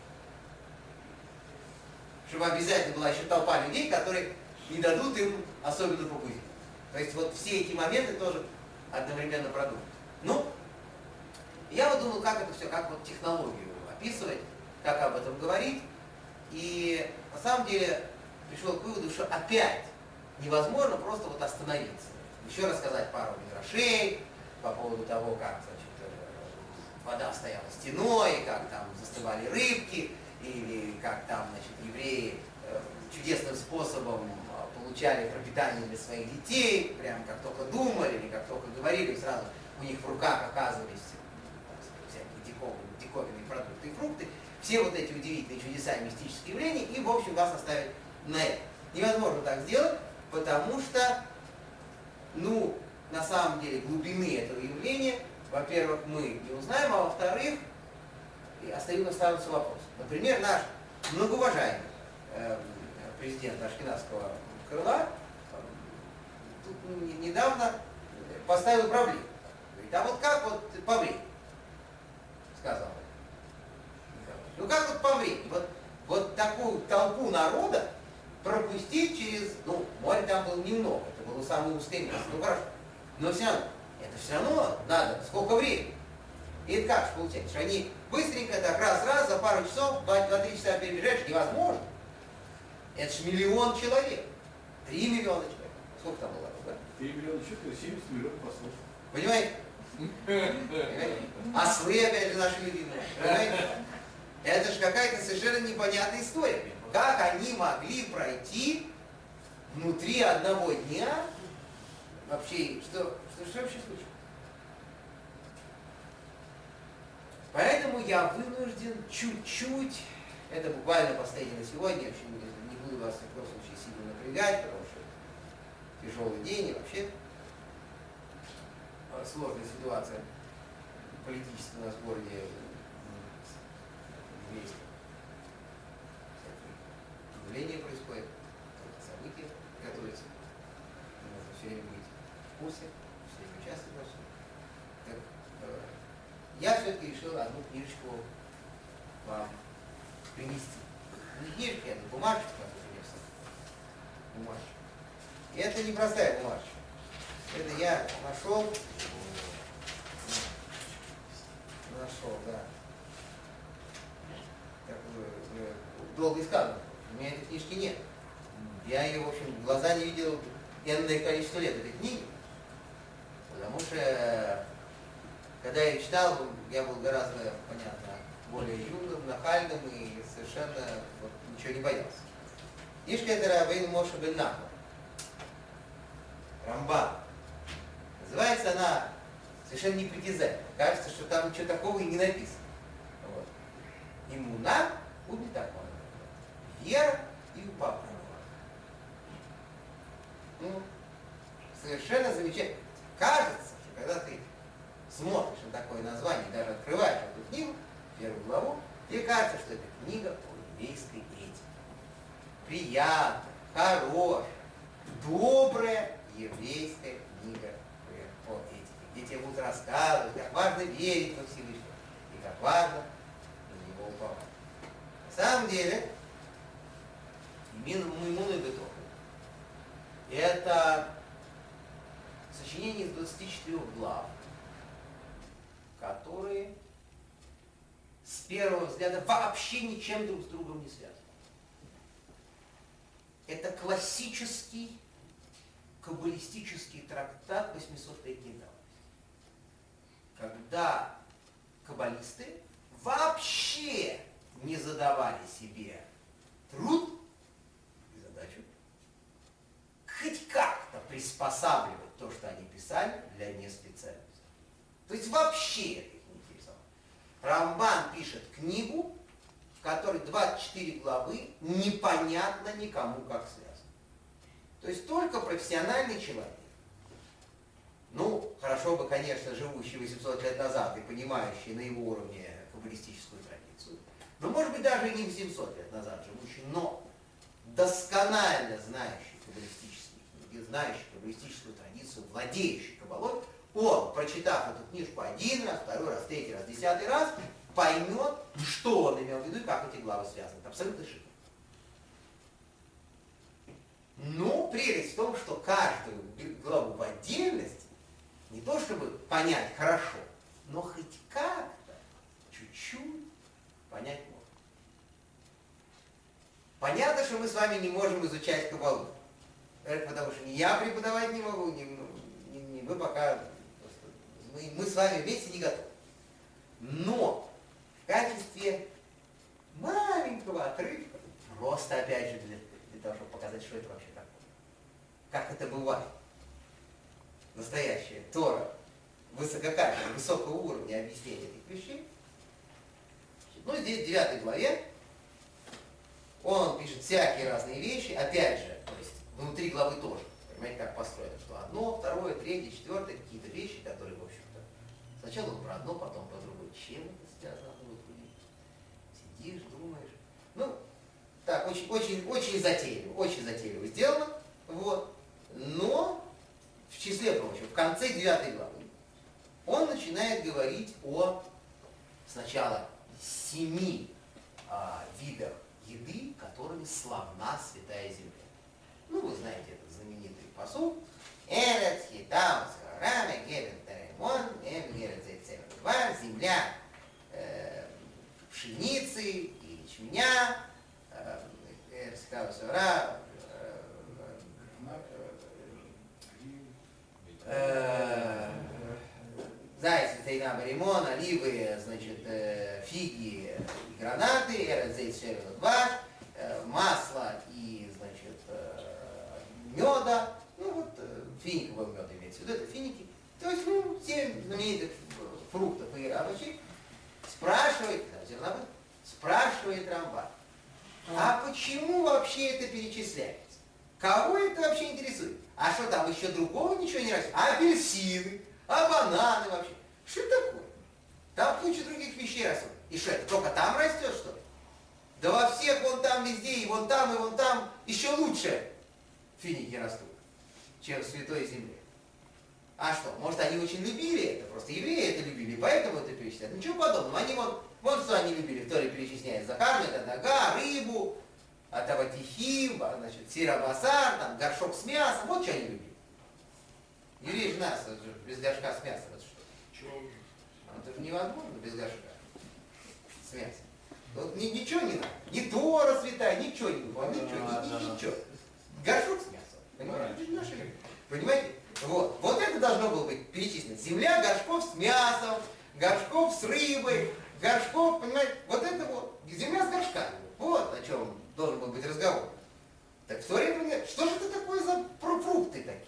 Чтобы обязательно была еще толпа людей, которые не дадут им особенно побудить. То есть вот все эти моменты тоже одновременно продумать. Ну, я вот думал, как это все, как вот технологию описывать, как об этом говорить. И на самом деле пришел к выводу, что опять невозможно просто вот остановиться. Еще рассказать пару мидрашей по поводу того, как, значит, вода стояла стеной, как там застывали рыбки, или как там, значит, евреи чудесным способом получали пропитание для своих детей, прям как только думали, или как только говорили, сразу у них в руках оказывались всякие диковинные, диковинные продукты и фрукты. Все вот эти удивительные чудеса и мистические явления, и, в общем, вас оставить на это. Невозможно так сделать, потому что, ну, на самом деле, глубины этого явления, во-первых, мы не узнаем, а во-вторых, останутся вопросы. Например, наш многоуважаемый э, президент ашкеназского крыла э, тут, ну, недавно поставил проблему. Говорит, а вот как вот по времени? Сказал. Ну как вот по времени? Вот, вот такую толпу народа пропустить через, ну, море там было немного, это было самое узкое место, ну хорошо. Но все равно, это все равно надо, сколько времени? И это как же получается, что они быстренько так раз-раз за пару часов, два-три часа перебежать невозможно. Это же миллион человек. Три миллиона человек. Сколько там было? Да? Три миллиона человек, семьдесят миллионов послов. Понимаете? Понимаете? Ослы, опять же, наши любимые. Понимаете? Это же какая-то совершенно непонятная история. Как они могли пройти внутри одного дня? Вообще, что, что, что вообще случилось? Поэтому я вынужден чуть-чуть, это буквально последнее на сегодня, вообще не, не буду вас в любом случае сильно напрягать, потому что тяжелый день и вообще сложная ситуация политическая у нас в городе есть обновление происходит, какие-то события готовятся. Нужно все время быть в курсе, все время участвовать во всем. Так, э, я все-таки решил одну книжечку вам принести. Не книжки, а бумажечку, которую принес. Бумажечку. И это не простая бумажечка. Это я нашел. Нашел, да. Как бы, э, долго искал. У меня этой книжки нет. Я ее, в общем, глаза не видел энное количество лет этой книги. Потому что, когда я ее читал, я был гораздо, понятно, более юным, нахальным и совершенно вот, ничего не боялся. Книжка это Рабейну Моше бен Нахман, Рамбан. Называется она совершенно непритязательно. Кажется, что там ничего такого и не написано. Вот. Иммуна будет такое. Вера и упаковка. Ну, совершенно замечательно. Кажется, что когда ты смотришь на такое название, даже открываешь эту книгу, первую главу, тебе кажется, что это книга о еврейской этике. Приятная, хорошая, добрая еврейская книга о этике, где тебе будут рассказывать, как важно верить во Всевышнего и как важно на него уповать. На самом деле, Маймон Бетох — это сочинение из двадцати четырёх глав, которые с первого взгляда вообще ничем друг с другом не связаны. Это классический каббалистический трактат восьмисотлетней давности, когда каббалисты вообще не задавали себе труд и задачу хоть как-то приспосабливать то, что они писали, для неспециалистов. То есть вообще это их не интересовало. Рамбан пишет книгу, в которой двадцать четыре главы непонятно никому как связаны. То есть только профессиональный человек. Ну, хорошо бы, конечно, живущий восемьсот лет назад и понимающий на его уровне каббалистическую традицию, но, может быть, даже и не восемьсот лет назад живущий, но досконально знающий каббалистические книги, знающий каббалистическую традицию, владеющий каббалой, он, прочитав эту книжку один раз, второй раз, третий раз, десятый раз, поймет, что он имел в виду и как эти главы связаны. Это абсолютно шик. Но прелесть в том, что каждую главу в отдельности не то чтобы понять хорошо, но хоть как-то, чуть-чуть понять можно. Понятно, что мы с вами не можем изучать каббалу. Это потому что ни я преподавать не могу, ни, ни, ни вы пока, мы, мы с вами вместе не готовы. Но в качестве маленького отрывка, просто опять же для, для того, чтобы показать, что это вообще такое, как это бывает, настоящая Тора, высококачественного, высокого уровня объяснения этих вещей. Ну, здесь в девятой главе он пишет всякие разные вещи, опять же, то есть внутри главы тоже. Понимаете, как построено, что одно, второе, третье, четвертое, какие-то вещи, которые, в общем-то, сначала про одно, потом про другое. Чем это связано? Вот, сидишь, думаешь. Ну, так, очень, очень, очень затейливо, очень затейливо сделано. Вот. Но, в числе прочего, в конце девятой главы он начинает говорить о сначала семи а, видах еды, которыми славна святая земля. Ну, вы знаете этот знаменитый посуд. Эрец, хитам, схараме, гебен, таремон, эм, герец, эцем, два, земля э, пшеницы и ячменя, эрец, хитам, схара, зайцы, тайна, баримон, оливы, значит, фиги и гранаты, эрец, зейц, шерен, два, масло и, значит, меда, ну вот финиковый мед имеется в виду, это финики. То есть, ну, семь знаменитых фруктов и овощей. Спрашивает, зерновых, спрашивает Рамбан, а почему вообще это перечисляется? Кого это вообще интересует? А что там еще другого ничего не растет? А апельсины, а бананы вообще? Что такое? Там куча других вещей растут. И что, это только там растет, что ли? Да во всех вон там везде, и вон там, и вон там еще лучше финики растут, чем в Святой Земле. А что, может, они очень любили это, просто евреи это любили, поэтому это перечисляют. Ничего подобного. Они вот, вот что они любили, в Торе перечисляют: захар, это нога, рыбу, атаватихим, значит, сиробасар, там, горшок с мясом, вот что они любили. Евреи же нас, это же без горшка с мясом, это что? Чего? Это же невозможно без горшка с мясом. Вот ни, ничего не надо, ни Тора святая, ничего не надо, ничего, А, ни, да. ни, ничего. Горшок с мясом, понимаете? Да. Понимаете? Вот. Вот это должно было быть перечислено. Земля горшков с мясом, горшков с рыбой, горшков, понимаете? Вот это вот. Земля с горшками. Вот о чем должен был быть разговор. Так в Торе этого нет. Что же это такое за фрукты такие?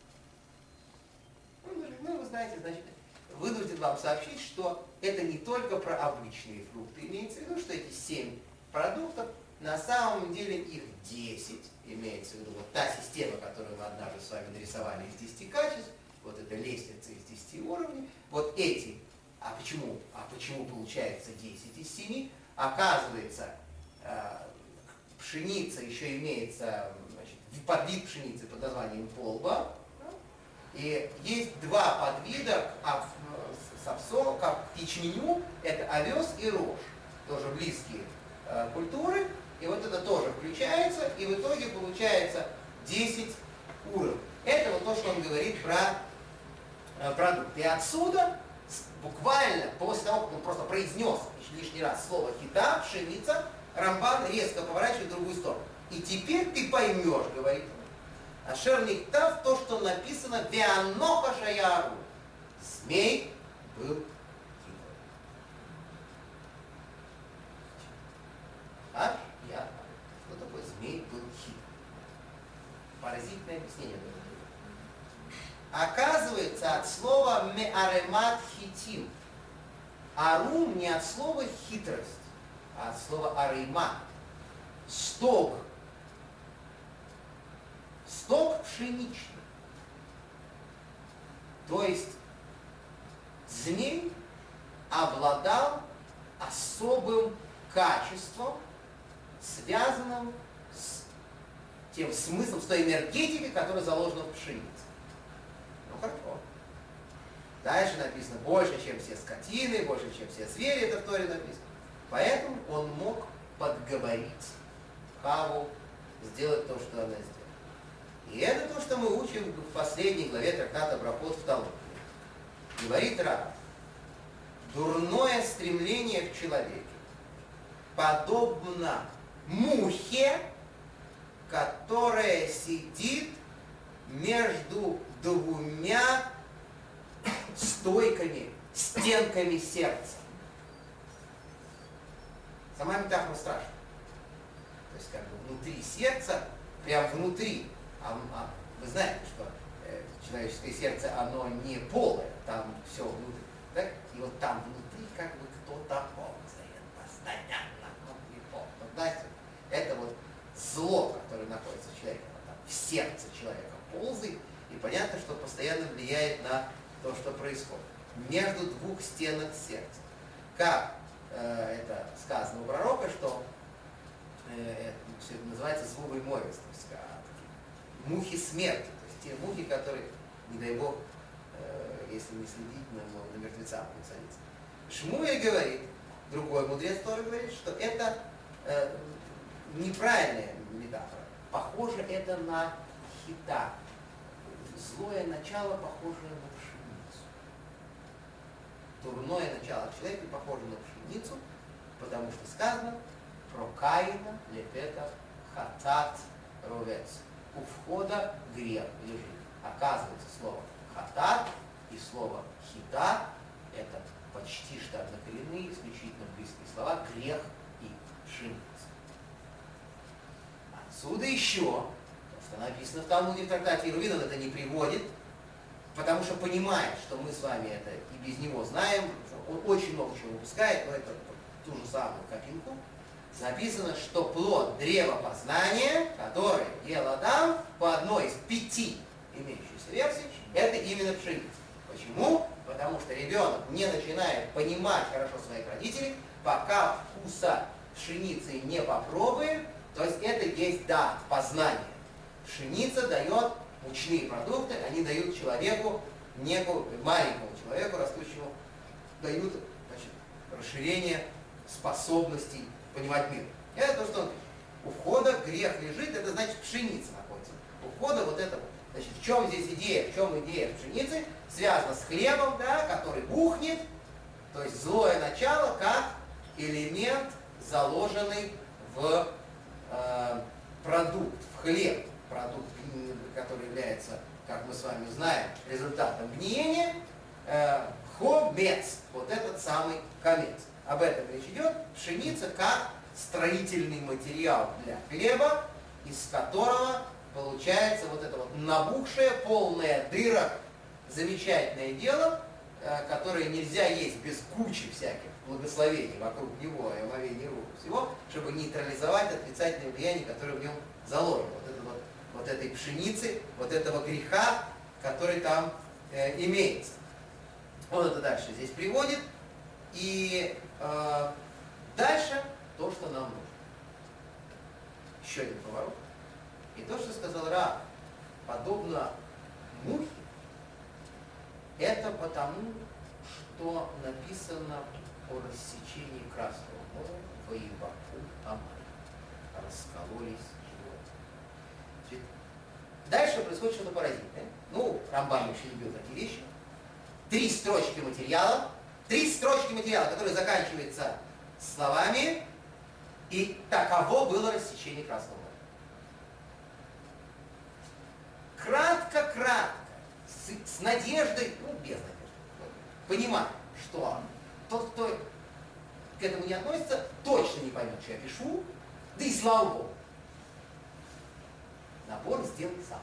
Он говорит: ну вы знаете, значит, вынужден вам сообщить, что это не только про обычные фрукты. Имеется в виду, что эти семь продуктов, на самом деле их десять. Имеется в виду вот та система, которую мы однажды с вами нарисовали из десяти качеств, вот эта лестница из десяти уровней, вот эти, а почему, а почему получается десять из семи? Оказывается, пшеница еще имеется, значит, подвид пшеницы под названием полба, и есть два подвида с овсом, как к ячменю, это овес и рожь, тоже близкие культуры. И вот это тоже включается, и в итоге получается десять уровней. Это вот то, что он говорит про э, продукт. И отсюда, буквально после того, как он просто произнес лишний раз слово хита, пшеница, Рамбан резко поворачивает в другую сторону. И теперь ты поймешь, говорит он, ашер никтав, то, что написано веаноха шаяру. Змей был хитрый. А? Я. Что такое змей был хитрый? Поразительное объяснение. Оказывается, от слова меаремат хитим. Арум не от слова хитрость, а от слова арейма. Стог. Стог пшеничный. То есть змей обладал особым качеством, связанным с тем смыслом, с той энергетикой, которая заложена в пшенице. Ну хорошо. Дальше написано: больше, чем все скотины, больше, чем все звери, это в Торе написано. Поэтому он мог подговорить Хаву сделать то, что она сделала. И это то, что мы учим в последней главе трактата Брахот в Талмуде. Говорит Рав: дурное стремление в человеке подобно мухе, которая сидит между двумя стойками, стенками сердца. Сама метафора страшна. То есть как бы внутри сердца, прям внутри. А, а вы знаете, что э, человеческое сердце, оно не полое, там все внутри. Так? И вот там внутри как бы кто-то ползает постоянно. Внутри ползает. Это вот зло, которое находится в человеке, там, в сердце человека ползает. И понятно, что постоянно влияет на то, что происходит. Между двух стенок сердца. Как э, это сказано у пророка, что э, все это называется звугой мовец, то есть а, мухи смерти, то есть те мухи, которые, не дай бог, э, если не следить, на, на мертвеца будут садиться. Шмуэль говорит, другой мудрец тоже говорит, что это э, неправильная метафора. Похоже это на хита. Злое начало, похожее на пшеницу. Дурное начало в человеке похоже на пшеницу, потому что сказано про Каина лепета хатат ровец. У входа грех лежит. Оказывается, слово хатат и слово хита — это почти что однокоренные, исключительно близкие слова грех и пшеница. Отсюда еще, то, что написано в Талмуде в трактате Ирувин, он это не приводит, потому что понимает, что мы с вами это и без него знаем, он очень много чего выпускает, но это ту же самую копилку. Написано, что плод древа познания, который ел Адам, по одной из пяти имеющихся версий, это именно пшеница. Почему? Потому что ребенок не начинает понимать хорошо своих родителей, пока вкуса пшеницы не попробуем, то есть это есть да, познание. Пшеница дает мучные продукты, они дают человеку, некому, маленькому человеку, растущему, дают, значит, расширение способностей понимать мир. Это то, что у входа грех лежит, это значит пшеница находится. У входа вот это, значит, в чем здесь идея, в чем идея пшеницы, связана с хлебом, да, который бухнет, то есть злое начало как элемент, заложенный в э, продукт, в хлеб, продукт, который является, как мы с вами знаем, результатом гниения, э, хомец, вот этот самый комец. Об этом речь идет. Пшеница как строительный материал для хлеба, из которого получается вот это вот набухшее, полное дырок, замечательное дело, э, которое нельзя есть без кучи всяких благословений вокруг него и омовений рук всего, чтобы нейтрализовать отрицательное влияние, которое в нем заложено. Вот, это вот, вот этой пшеницы, вот этого греха, который там э, имеется. Он это дальше здесь приводит. И э, дальше то, что нам нужно. Еще один поворот. И то, что сказал Ра, подобно мухе, это потому, что написано о рассечении Красного моря во Иваку Амаре. Раскололись животные. Дальше происходит что-то поразительное. Ну, Рамбам очень любил такие вещи. Три строчки материала, три строчки материала, которые заканчиваются словами «И таково было рассечение Красного моря». Кратко-кратко, с, с надеждой, ну, без надежды, понимая, что тот, кто к этому не относится, точно не поймет, что я пишу, да и слава Богу. Набор сделай сам.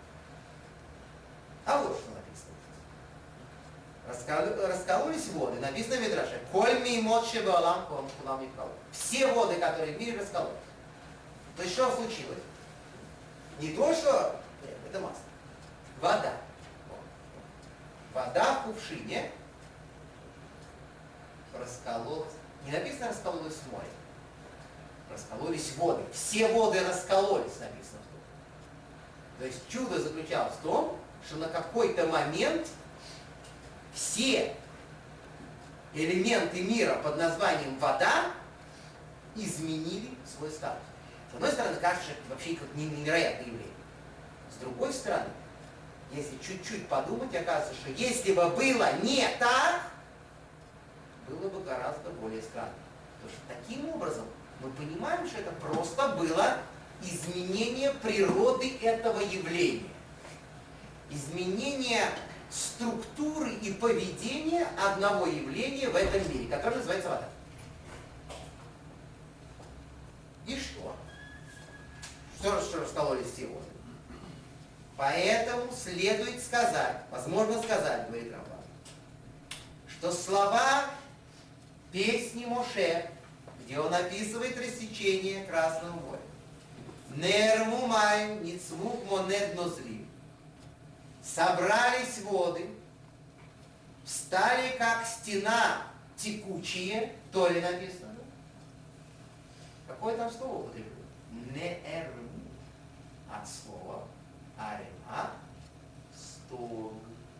А вот что написано. Раскололись воды, написано в Мидраше. Коль мимот шебеолам кулам михкалу. Все воды, которые в мире, раскололись. То есть что случилось? Не то, что... Нет, это масло. Вода. Вода в кувшине раскололась. Не написано раскололась в море. Раскололись воды. Все воды раскололись, написано. То есть чудо заключалось в том, что на какой-то момент все элементы мира под названием вода изменили свой статус. С одной стороны, кажется, что это вообще как невероятное явление. С другой стороны, если чуть-чуть подумать, оказывается, что если бы было не так, было бы гораздо более странно. Потому что таким образом мы понимаем, что это просто было изменение природы этого явления. Изменение структуры и поведения одного явления в этом мире, которое называется вода. И что? Что, что раскололись все воды? Поэтому следует сказать, возможно сказать, говорит Рамбам, что слова песни Моше, где он описывает рассечение Красного моря, Нерму маем ницмук монет нозли, собрались воды, встали как стена текучие, то ли написано. Какое там слово употреблено? Неэрму от слова арема стол.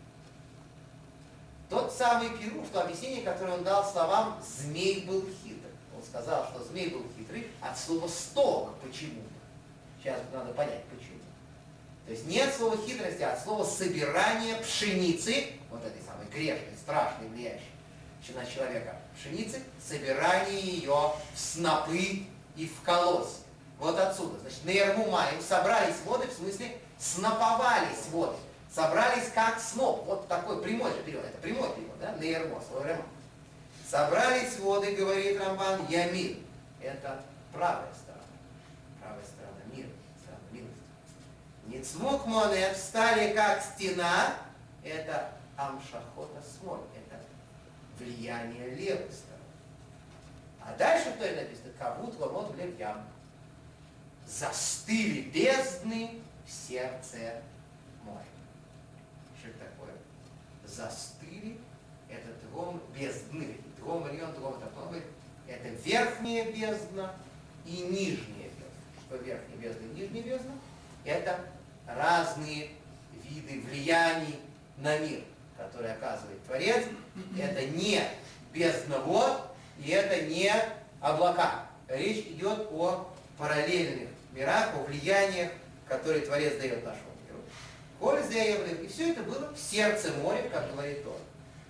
Тот самый Пируш, то объяснение, которое он дал словам «змей был хитрый». Он сказал, что змей был хитрый от слова «стол». Почему? Сейчас надо понять, почему. То есть не от слова хитрости, а от слова собирания пшеницы, вот этой самой грешной, страшной, влияющей на человека пшеницы, собирание ее в снопы и в колосья. Вот отсюда. Значит, наерму маем, собрались воды, в смысле сноповались воды. Собрались как сноп. Вот такой прямой же перевод. Это прямой перевод, да? Наермо, слово рема. Собрались воды, говорит Рамбан, ямин. Это правая сторона. Правая сторона мира, сторона милости. Ницмук монет, встали как стена. Это амшахота смоль. Это влияние левой стороны. А дальше то и написано, кавут ломот в ям. Застыли бездны в сердце моря. Что это такое? Застыли, это двом бездны. Двом район, двом такой, Это верхняя бездна и нижняя бездна. Что верхняя бездна и нижняя бездна? Это разные виды влияний на мир, которые оказывает Творец. Это не бездна вод, и это не облака. Речь идет о параллельных мирах, о влияниях, которые Творец дает нашему миру. Коль заявлен, и все это было в сердце моря, как говорит он.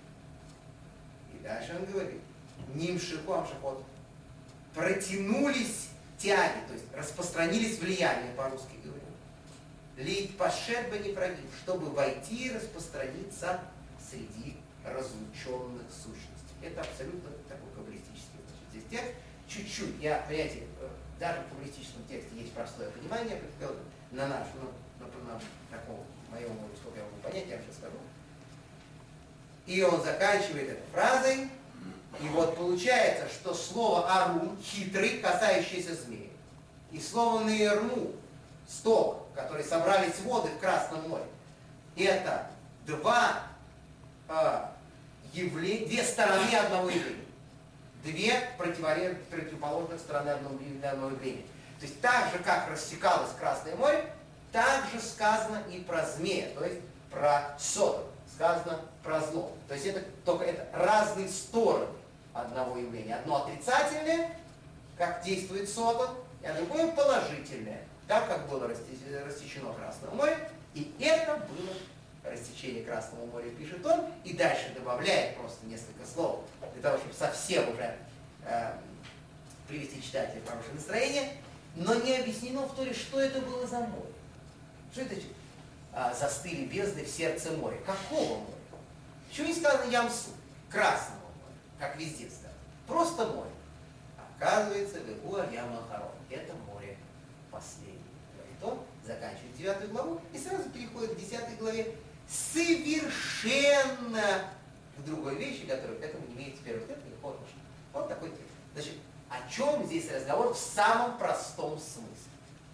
И дальше он говорит, нимшиху амшахот, протянулись тяги, то есть распространились влияния, по-русски говорю. Лить пашет бы не прогиб, чтобы войти и распространиться среди разлученных сущностей. Это абсолютно такой каббалистический, значит, здесь текст. Чуть-чуть, я, понимаете, даже в каббалистическом тексте есть простое понимание, на наш, ну, на, на таком моем уровне, сколько я могу понять, я вам сейчас скажу. И он заканчивает этой фразой, и вот получается, что слово арум, хитрый, касающийся змеи, и слово наирму, сток, которые собрались воды в Красном море, это два э, явления, две стороны одного явления. Две противоположных стороны одного явления. То есть так же, как рассекалось Красное море, так же сказано и про змея, то есть про Содом, сказано про зло. То есть это только это разные стороны одного явления. Одно отрицательное, как действует Содом, и другое положительное, так как было рассечено Красное море, и это было рассечение Красного моря, пишет он, и дальше добавляет просто несколько слов, для того, чтобы совсем уже э, привести читателя в хорошее настроение, но не объяснено в Торе, что это было за море. Что это э, застыли бездны в сердце моря? Какого моря? Почему не сказано Ямсу, Красного моря, как везде сказано? Просто море. Оказывается, Вегуа Ямахарон. Это море последнее. Говорит он, заканчивает девятую главу и сразу переходит к десятой главе, совершенно к другой вещи, которая к этому не имеет теперь вот это никакого отношения. Вот такой текст. Значит, о чем здесь разговор в самом простом смысле?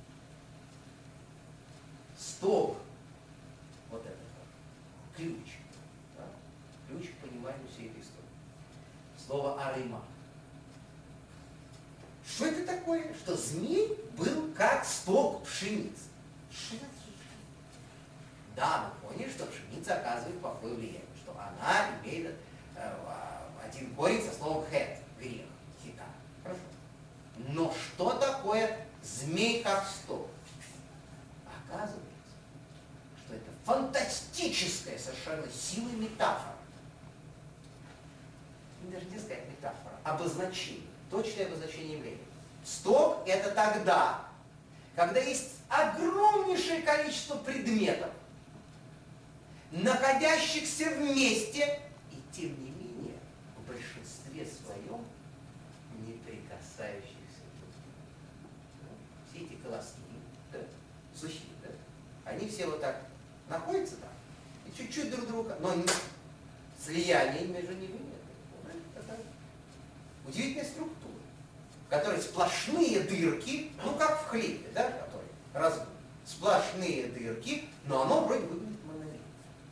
Сток, вот это, ключ, да? Ключ к пониманию всей этой истории. Слово арима. Что это такое? Что змей был как сток пшеницы. Что это? Да, мы поняли, что пшеница оказывает плохое влияние, что она имеет э, один корень со словом хет, грех, хита. Хорошо. Но что такое змей как сток? Оказывается, что это фантастическая совершенно сила метафора. Даже не сказать метафора, обозначение, точное обозначение явления. Сток это тогда, когда есть огромнейшее количество предметов, находящихся вместе, и тем не менее в большинстве своем не прикасающихся друг к другу. Все эти колоски, да, сухие, да, они все вот так находятся там, и чуть-чуть друг друга, но не, слияния между ними нет. Такая удивительная структура, в которой сплошные дырки, ну как в хлебе, да, который разбит, сплошные дырки, но оно вроде выглядит монолитно.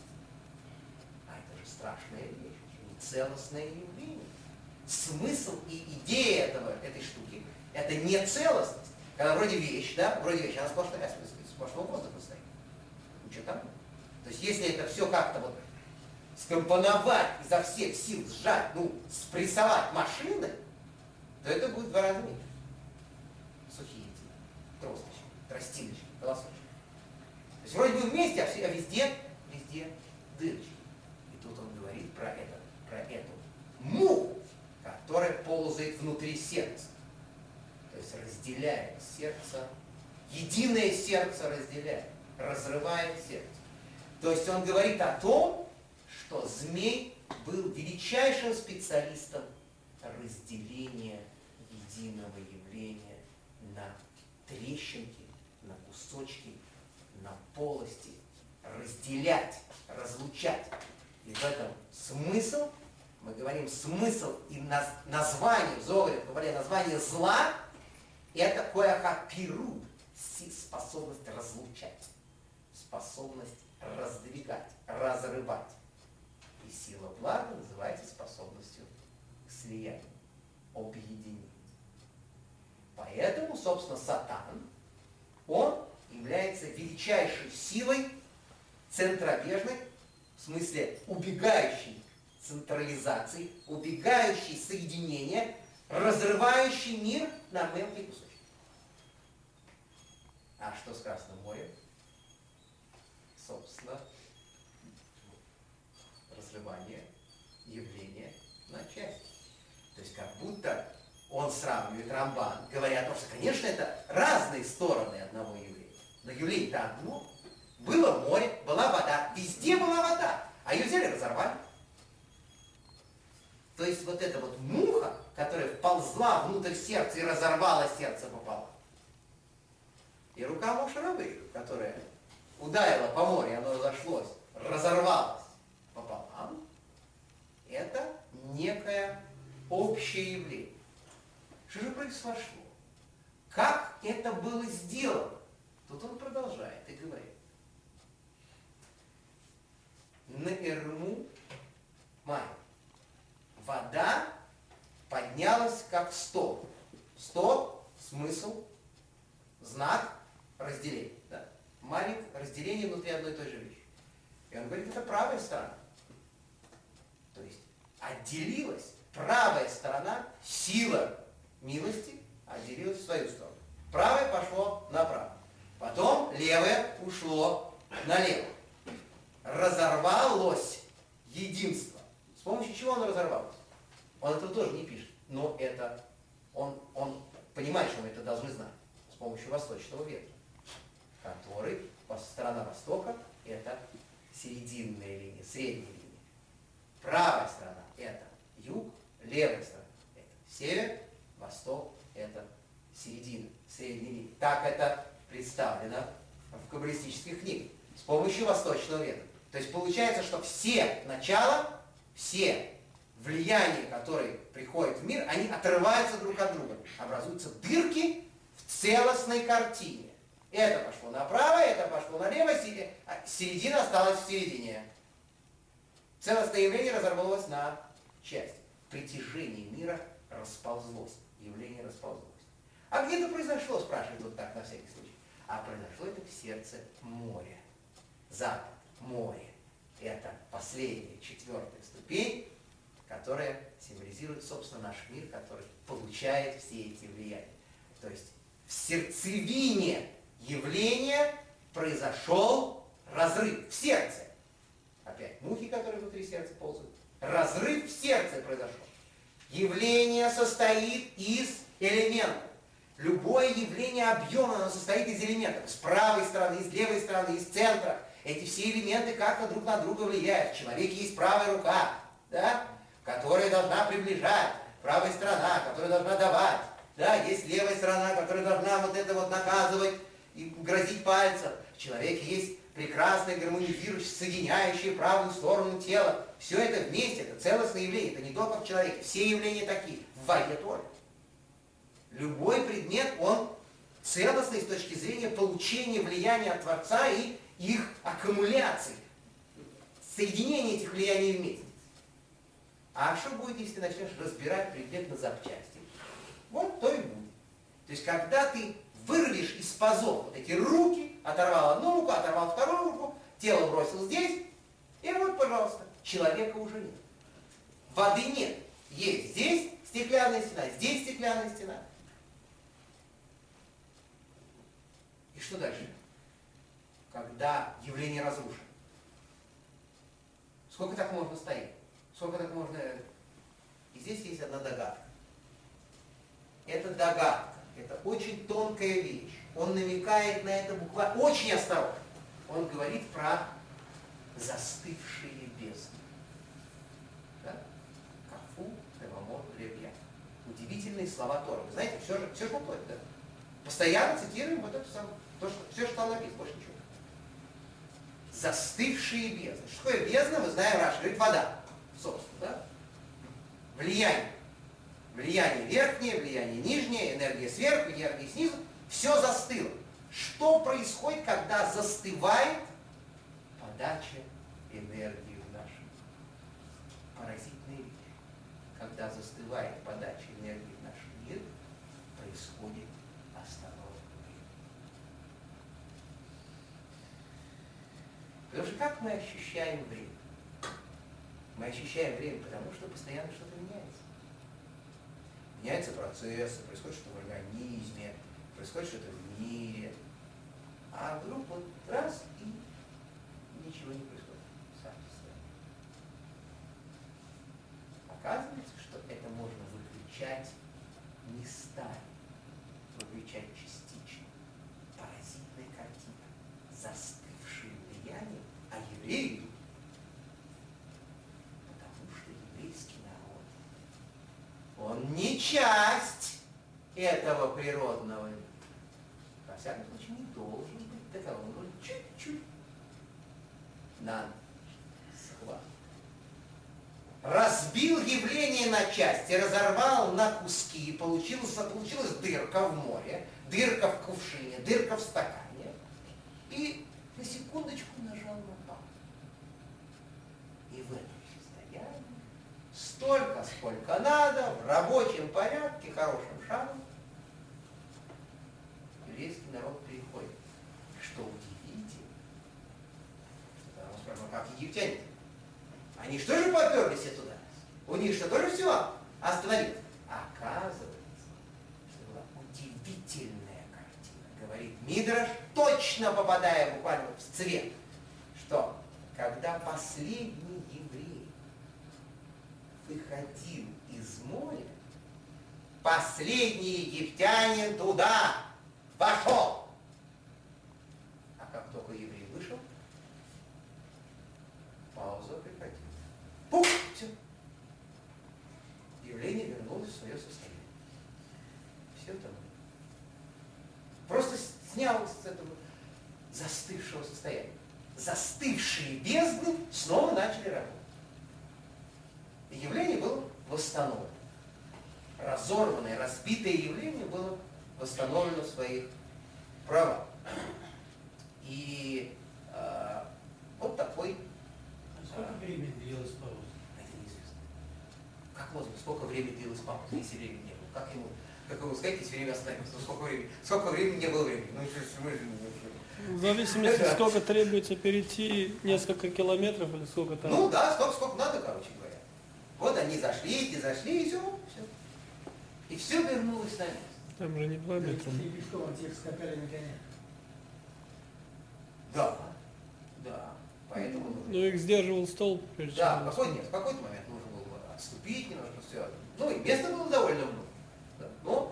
Страшная вещь, нецелостное явление. Смысл и идея этого, этой штуки – это не целостность. Когда вроде вещь, да, вроде вещь, она сплошная, сплошного воздуха стоит. Ничего там нет. То есть если это все как-то вот скомпоновать, изо всех сил сжать, ну, спрессовать машины, то это будет в два раза меньше. Сухие эти тросточки, тростиночки, колосочки. То есть вроде бы вместе, а, все, а везде, везде дырочки. Тут он говорит про это, про эту муху, которая ползает внутри сердца. То есть разделяет сердце, единое сердце разделяет, разрывает сердце. То есть он говорит о том, что змей был величайшим специалистом разделения единого явления на трещинки, на кусочки, на полости, разделять, разлучать. И в этом смысл, мы говорим смысл и название, Зогарев говорит, название зла, это кояхапиру, способность разлучать, способность раздвигать, разрывать. И сила блага называется способностью к слиянию. объединения. Поэтому, собственно, Сатан, он является величайшей силой центробежной, в смысле убегающей централизации, убегающей соединения, разрывающей мир на мелкие кусочки. А что с Красным морем? Собственно, разрывание явления на части. То есть как будто он сравнивает Рамбан, говоря о том, что, конечно, это разные стороны одного явления. Но явление-то одно. Было море, была вода, везде была вода, а ее взяли и разорвали. То есть вот эта вот муха, которая вползла внутрь сердца и разорвала сердце пополам. И рука Моше Рабейну, которая ударила по морю, оно разошлось, разорвалось пополам, это некое общее явление. Что же произошло? Как это было сделано? Тут он продолжает и говорит. Наэрму май. Вода поднялась как стол. Стол, смысл, знак, разделение. Да? Маленькое разделение внутри одной и той же вещи. И он говорит, это правая сторона. То есть отделилась правая сторона, сила милости отделилась в свою сторону. Правое пошло направо. Потом левое ушло налево. Разорвалось единство. С помощью чего оно разорвалось? Он этого тоже не пишет. Но это он, он понимает, что мы это должны знать. С помощью восточного ветра, который, сторона востока, это серединная линия, средняя линия. Правая сторона – это юг, левая сторона – это север, восток – это середина, средняя линия. Так это представлено в каббалистических книгах с помощью восточного ветра. То есть получается, что все начала, все влияния, которые приходят в мир, они отрываются друг от друга. Образуются дырки в целостной картине. Это пошло направо, это пошло налево, середина осталась в середине. Целостное явление разорвалось на части. Притяжение мира расползлось. Явление расползлось. А где это произошло, спрашивает вот так на всякий случай. А произошло это в сердце моря. Запад, море. Это последняя, четвертая ступень, которая символизирует, собственно, наш мир, который получает все эти влияния. То есть в сердцевине явления произошел разрыв в сердце. Опять мухи, которые внутри сердца ползают. Разрыв в сердце произошел. Явление состоит из элементов. Любое явление объемно, оно состоит из элементов. С правой стороны, с левой стороны, из центра. Эти все элементы как-то друг на друга влияют. В человеке есть правая рука, да, которая должна приближать. Правая сторона, которая должна давать. Да, есть левая сторона, которая должна вот это вот наказывать и грозить пальцем. В человеке есть прекрасное гармонизирующее, соединяющее правую сторону тела. Все это вместе, это целостное явление. Это не только в человеке. Все явления такие. В воде тоже. Любой предмет, он целостный с точки зрения получения влияния от Творца и их аккумуляции. Соединение этих влияний вместе. А что будет, если ты начнешь разбирать предмет на запчасти? Вот то и будет. То есть, когда ты вырвешь из пазов вот эти руки, оторвал одну руку, оторвал вторую руку, тело бросил здесь, и вот, пожалуйста, человека уже нет. Воды нет. Есть здесь стеклянная стена, здесь стеклянная стена. И что дальше? Когда явление разрушено. Сколько так можно стоять? Сколько так можно... И здесь есть одна догадка. Это догадка. Это очень тонкая вещь. Он намекает на это буквально очень осторожно. Он говорит про застывшие бездны. Да? Кафу, Тевамот, Левья. Удивительные слова Торы. Вы знаете, все же, все же наплодит, да? Постоянно цитируем вот это самое. То, что, все, что там написано, больше ничего. Застывшие бездны. Что такое бездна, мы знаем, Раши говорит, вода. Собственно, да? Влияние. Влияние верхнее, влияние нижнее, энергия сверху, энергия снизу. Все застыло. Что происходит, когда застывает подача энергии в нашу? Поразительная вещь. Когда застывает подача энергии как мы ощущаем время? Мы ощущаем время, потому что постоянно что-то меняется. Меняются процессы, происходит что-то в организме, происходит что-то в мире. А вдруг вот раз и ничего не происходит. Сам Оказывается, что это можно выключать местами, выключать частично. Паразитная картина, застывшее влияние, а евреи, потому что еврейский народ, он не часть этого природного мира. Во всяком случае, не должен быть таковым, он чуть-чуть на схват. Разбил явление на части, разорвал на куски, получилась, получилась дырка в море, дырка в кувшине, дырка в стакане, и на секундочку нажал на паузу. И в этом состоянии столько, сколько надо, в рабочем порядке, хорошим шагом, еврейский народ переходит. Что удивительно, что мы спрашиваем, как египтяне? Они что же поперлись туда? У них что, тоже все остановилось? Оказывается, что была удивительная картина. Говорит Мидраш, точно попадая буквально в цвет, что когда последний еврей выходил из моря, последний египтянин туда вошел. А как только еврей вышел, пауза прекратилась. Пух! Все. Явление вернулось в свое состояние. Все там. Просто снялось с этого застывшего состояния. Застывшие бездны снова начали работать. И явление было восстановлено. Разорванное, разбитое явление было восстановлено в своих правах. И э, вот такой... Сколько времени длилась пауза? Это неизвестно. Как можно? Сколько времени длилась пауза, если времени не было? Как ему, как ему сказать, если время остановилось? Ну, сколько времени? Сколько времени не было времени? Ну, что, что, что, В зависимости, сколько требуется перейти несколько километров или сколько там. Ну да, сколько, сколько надо, короче говоря. Вот они зашли, эти зашли, и все, все. И все вернулось на место. Там же не два метра. И пешком от тех скакали на коне. Да, да. Поэтому нужно. Ну их сдерживал столб, прежде Да, чем в какой-то, в какой-то момент нужно было отступить немножко, все. Ну и места было довольно много. Да. Но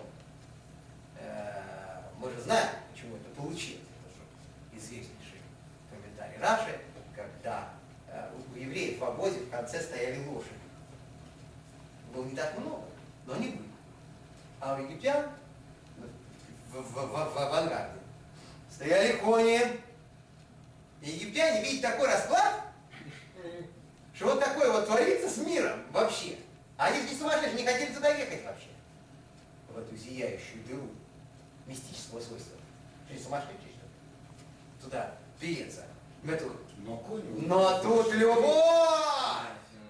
э, мы же знаем, почему это получилось. Это же известнейший комментарий Раши, когда э, у евреев в обозе в конце стояли лошади. Было не так много, но они были. А у египтян в, в, в, в, в авангарде стояли кони. И египтяне видят такой расклад, что вот такое вот творится с миром вообще. А они же не сумасшедшие, не хотели туда ехать вообще. В эту зияющую дыру мистического свойства. Что не сумасшедшие, что ли? Туда переться. В эту... Но конь... Но тут любовь!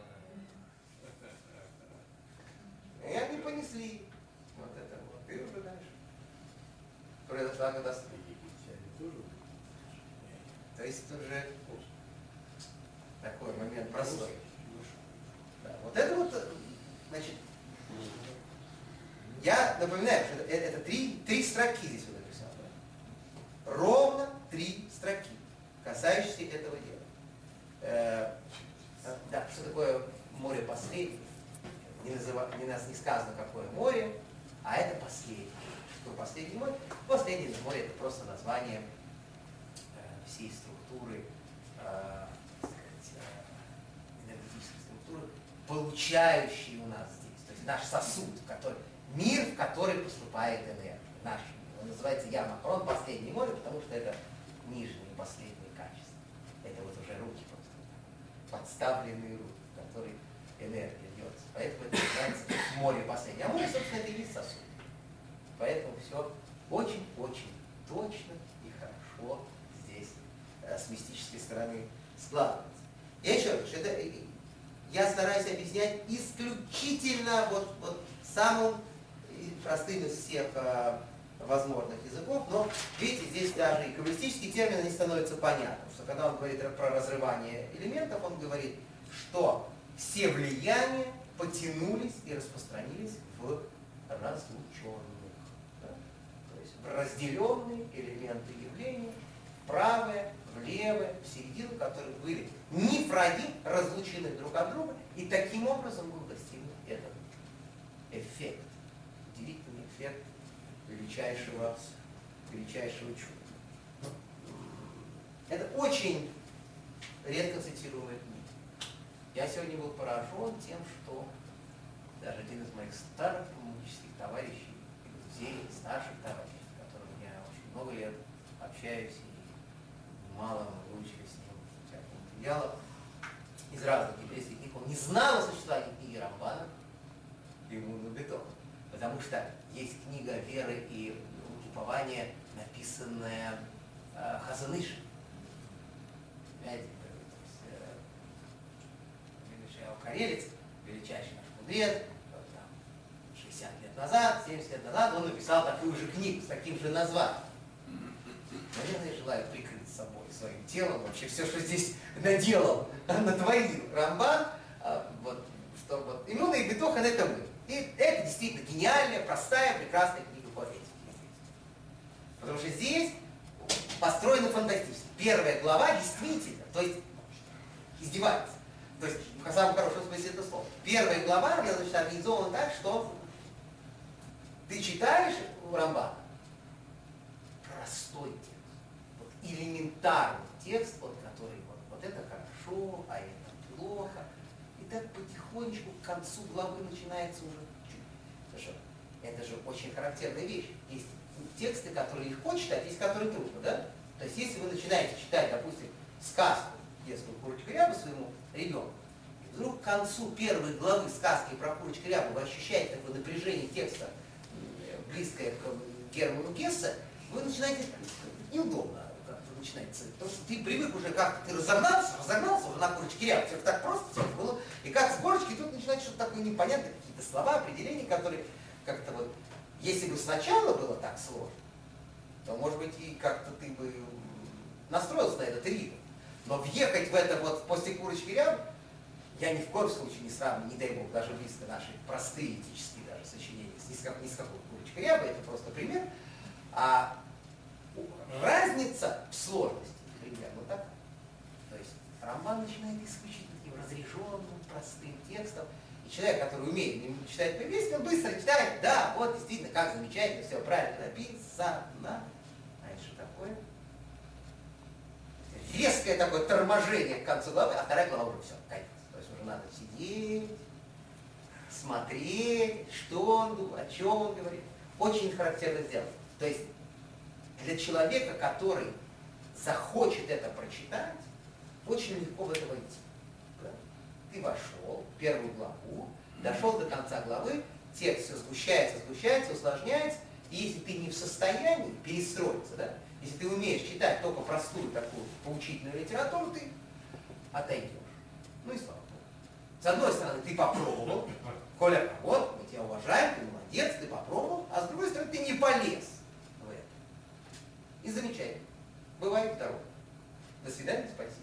И они понесли. Вот это вот. И уже дальше. Произошла катастрофа. То есть это уже такой момент простой. Да, вот это вот, значит, я напоминаю, что это, это три, три строки здесь вот написал. Да? Ровно три строки, касающиеся этого дела. Э, да, что такое море последнее? Не, называ, не, нас, не сказано, какое море, а это последнее. Что такое последнее море? Последнее море — это просто название всей структуры, э, сказать, э, энергетической структуры, получающей у нас здесь. То есть наш сосуд, который, мир, в который поступает энергия. Наш мир. Он называется Ямахрон, последнее море, потому что это нижние, последние качества. Это вот уже руки просто. Подставленные руки, в которые энергия льется. Поэтому это называется море последнее. А море, собственно, это и есть сосуд. Поэтому все очень-очень точно и хорошо здесь с мистической стороны складывается. Я еще раз, это, я стараюсь объяснять исключительно вот, вот самым простым из всех э, возможных языков, но видите, здесь даже и каббалистические термины не становятся понятны, что когда он говорит про разрывание элементов, он говорит, что все влияния потянулись и распространились в разлученных. Да? То есть в разделенные элементы явления, в правое, в левое, в середину, которые были не враги, разлучены друг от друга, и таким образом был достигнут этот эффект, удивительный эффект величайшего, величайшего чуда. Это очень редко цитируемая книга. Я сегодня был поражен тем, что даже один из моих старых коммунистических товарищей, друзей, старших товарищей, с которым я очень много лет общаюсь и мало выучили с ним всякого материала из разных еврейских книг, он не знал о существовании книги Рамбана «Иммунный бетон». Потому что есть книга веры и упования, написанная э, Хазанышем. Понимаете, Мишаил Карелец, величайший наш мудрец, там, шестьдесят лет назад, семьдесят лет назад, он написал такую же книгу с таким же названием. Наверное, я желаю прикрыть собой, своим телом, вообще все, что здесь наделал, натворил Рамбан, вот, что вот, иммунный бетохан это мы. И это действительно гениальная, простая, прекрасная книга по этике. Потому что здесь построено фантастически. Первая глава действительно, то есть издевается. То есть в самом хорошем смысле этого слова. Первая глава, она, значит, организована так, что ты читаешь у Рамбана простой текст, вот элементарный текст, вот, который вот, вот это хорошо, а это плохо. И так потихонечку к концу главы начинается уже чуть. Потому что это же очень характерная вещь. Есть тексты, которые легко читать, есть которые трудно, да? То есть если вы начинаете читать, допустим, сказку детскую «Курочка Ряба» своему ребенку, и вдруг к концу первой главы сказки про Курочку Рябу вы ощущаете такое напряжение текста, близкое к Герману Гессе, вы начинаете неудобно как-то начинается. Потому что ты привык уже как-то, ты разогнался, разогнался уже на Курочке Рябу, все так просто все было. И как с горочки тут начинает что-то такое непонятное, какие-то слова, определения, которые как-то вот, если бы сначала было так сложно, то, может быть, и как-то ты бы настроился на этот ритм. Но въехать в это вот после Курочки Рябы, я ни в коем случае не сравню, не дай бог, даже близко наши простые этические даже сочинения с ни с какой Курочкой Рябы, это просто пример. А разница в сложности примерно так. То есть Рамбан начинает исключительно таким разряженным, простым текстом. И человек, который умеет читать по-еврейски, он быстро читает, да, вот действительно, как замечательно, все правильно написано. А это что такое? Резкое такое торможение к концу главы, а вторая глава уже все, конец. То есть уже надо сидеть, смотреть, что он думает, о чем он говорит. Очень характерно сделано. То есть для человека, который захочет это прочитать, очень легко в это войти. Да? Ты вошел в первую главу, дошел до конца главы, текст все сгущается, сгущается, усложняется, и если ты не в состоянии перестроиться, да, если ты умеешь читать только простую такую поучительную литературу, ты отойдешь. Ну и слава Богу. С одной стороны, ты попробовал, Коля, вот, мы тебя уважаем, ты молодец, ты попробовал, а с другой стороны, ты не полез в это. И замечательно. Бывает второе. До свидания, спасибо.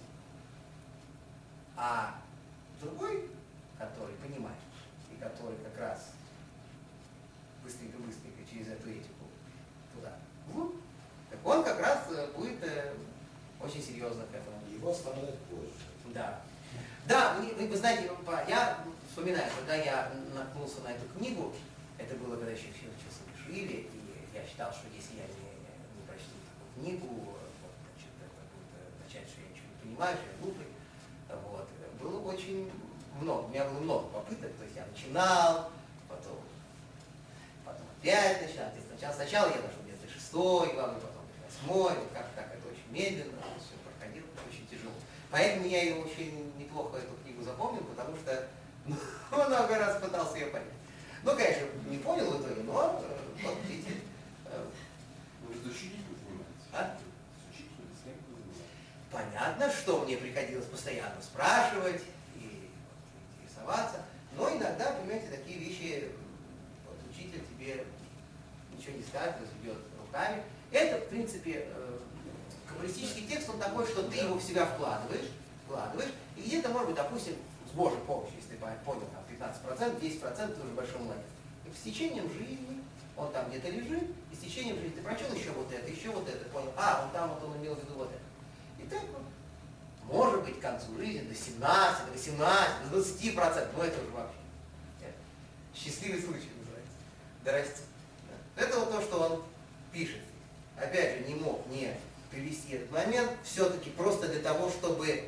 А другой, который понимает, и который как раз быстренько-быстренько через эту этику туда, вот, так он как раз будет э, очень серьезно к этому. Его оставлять позже. Да. Да, вы, вы, вы знаете, я вспоминаю, когда я наткнулся на эту книгу, это было, когда еще учился в Ишиве, и я считал, что если я не, не прочту такую книгу, вот, значит, это будет означать, что я ничего не понимаю, что я глупый. Вот. Было очень много, у меня было много попыток, то есть я начинал, потом, потом опять начинал. Сначала, сначала я дошел где-то до шестой главы, потом до восьмой, вот как так, это очень медленно, все проходило, очень тяжело. Поэтому я ее очень неплохо эту книгу запомнил, потому что ну, много раз пытался ее понять. Ну, конечно, не понял в итоге, но вот видите. Вы с учителем занимаетесь? А? С учителем, с кем вы занимаетесь? Понятно, что мне приходилось постоянно спрашивать и вот, интересоваться, но иногда, понимаете, такие вещи, вот учитель тебе ничего не читает, разведет руками. Это, в принципе, э, каббалистический текст, он такой, что ты его в себя вкладываешь, вкладываешь, и где-то, может быть, допустим, с Божьей помощью, если ты понял, там пятнадцать процентов, десять процентов ты уже большой молодец. И с течением жизни он там где-то лежит, и с течением жизни ты прочел еще вот это, еще вот это, понял, а, он там вот он имел в виду вот это. И так вот, может быть, к концу жизни до семнадцати, до восемнадцати, до двадцати процентов, но это уже вообще это счастливый случай называется, дорасти. Да. Это вот то, что он пишет. Опять же, не мог не привести этот момент, все-таки просто для того, чтобы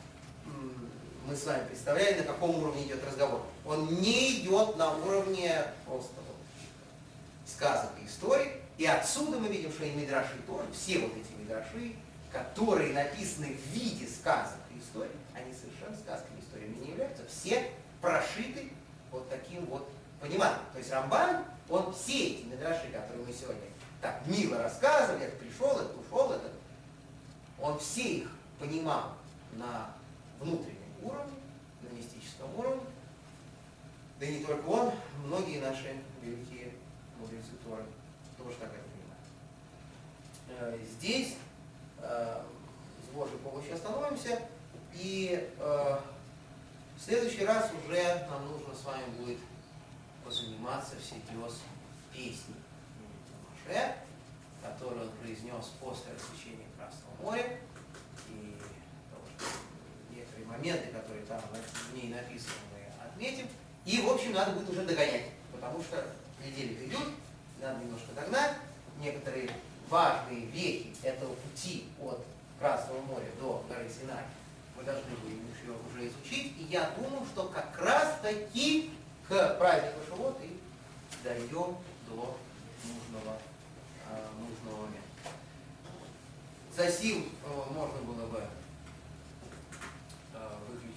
мы с вами представляли, на каком уровне идет разговор. Он не идет на уровне просто вот сказок и историй. И отсюда мы видим, что и мидраши тоже, все вот эти мидраши, которые написаны в виде сказок и историй, они совершенно сказками и историями не являются. Все прошиты вот таким вот пониманием. То есть Рамбан, он все эти мидраши, которые мы сегодня так мило рассказывали, это пришел, это ушел, это, он все их понимал на внутреннем уровне, на мистическом уровне. Да и не только он, многие наши великие мудрецы Торы тоже так это понимают. Здесь э, с Божьей помощью остановимся, и э, в следующий раз уже нам нужно с вами будет позаниматься всерьез песней Моше, которую он произнес после рассечения Красного моря, и некоторые моменты, которые там в ней написаны, мы отметим. И, в общем, надо будет уже догонять, потому что недели идут, надо немножко догнать. Некоторые важные вехи этого пути от Красного моря до горы Синай мы должны будем еще уже изучить. И я думаю, что как раз-таки к празднику Шавуот и дойдем до нужного, э, нужного момента. За сим э, можно было бы э, выключить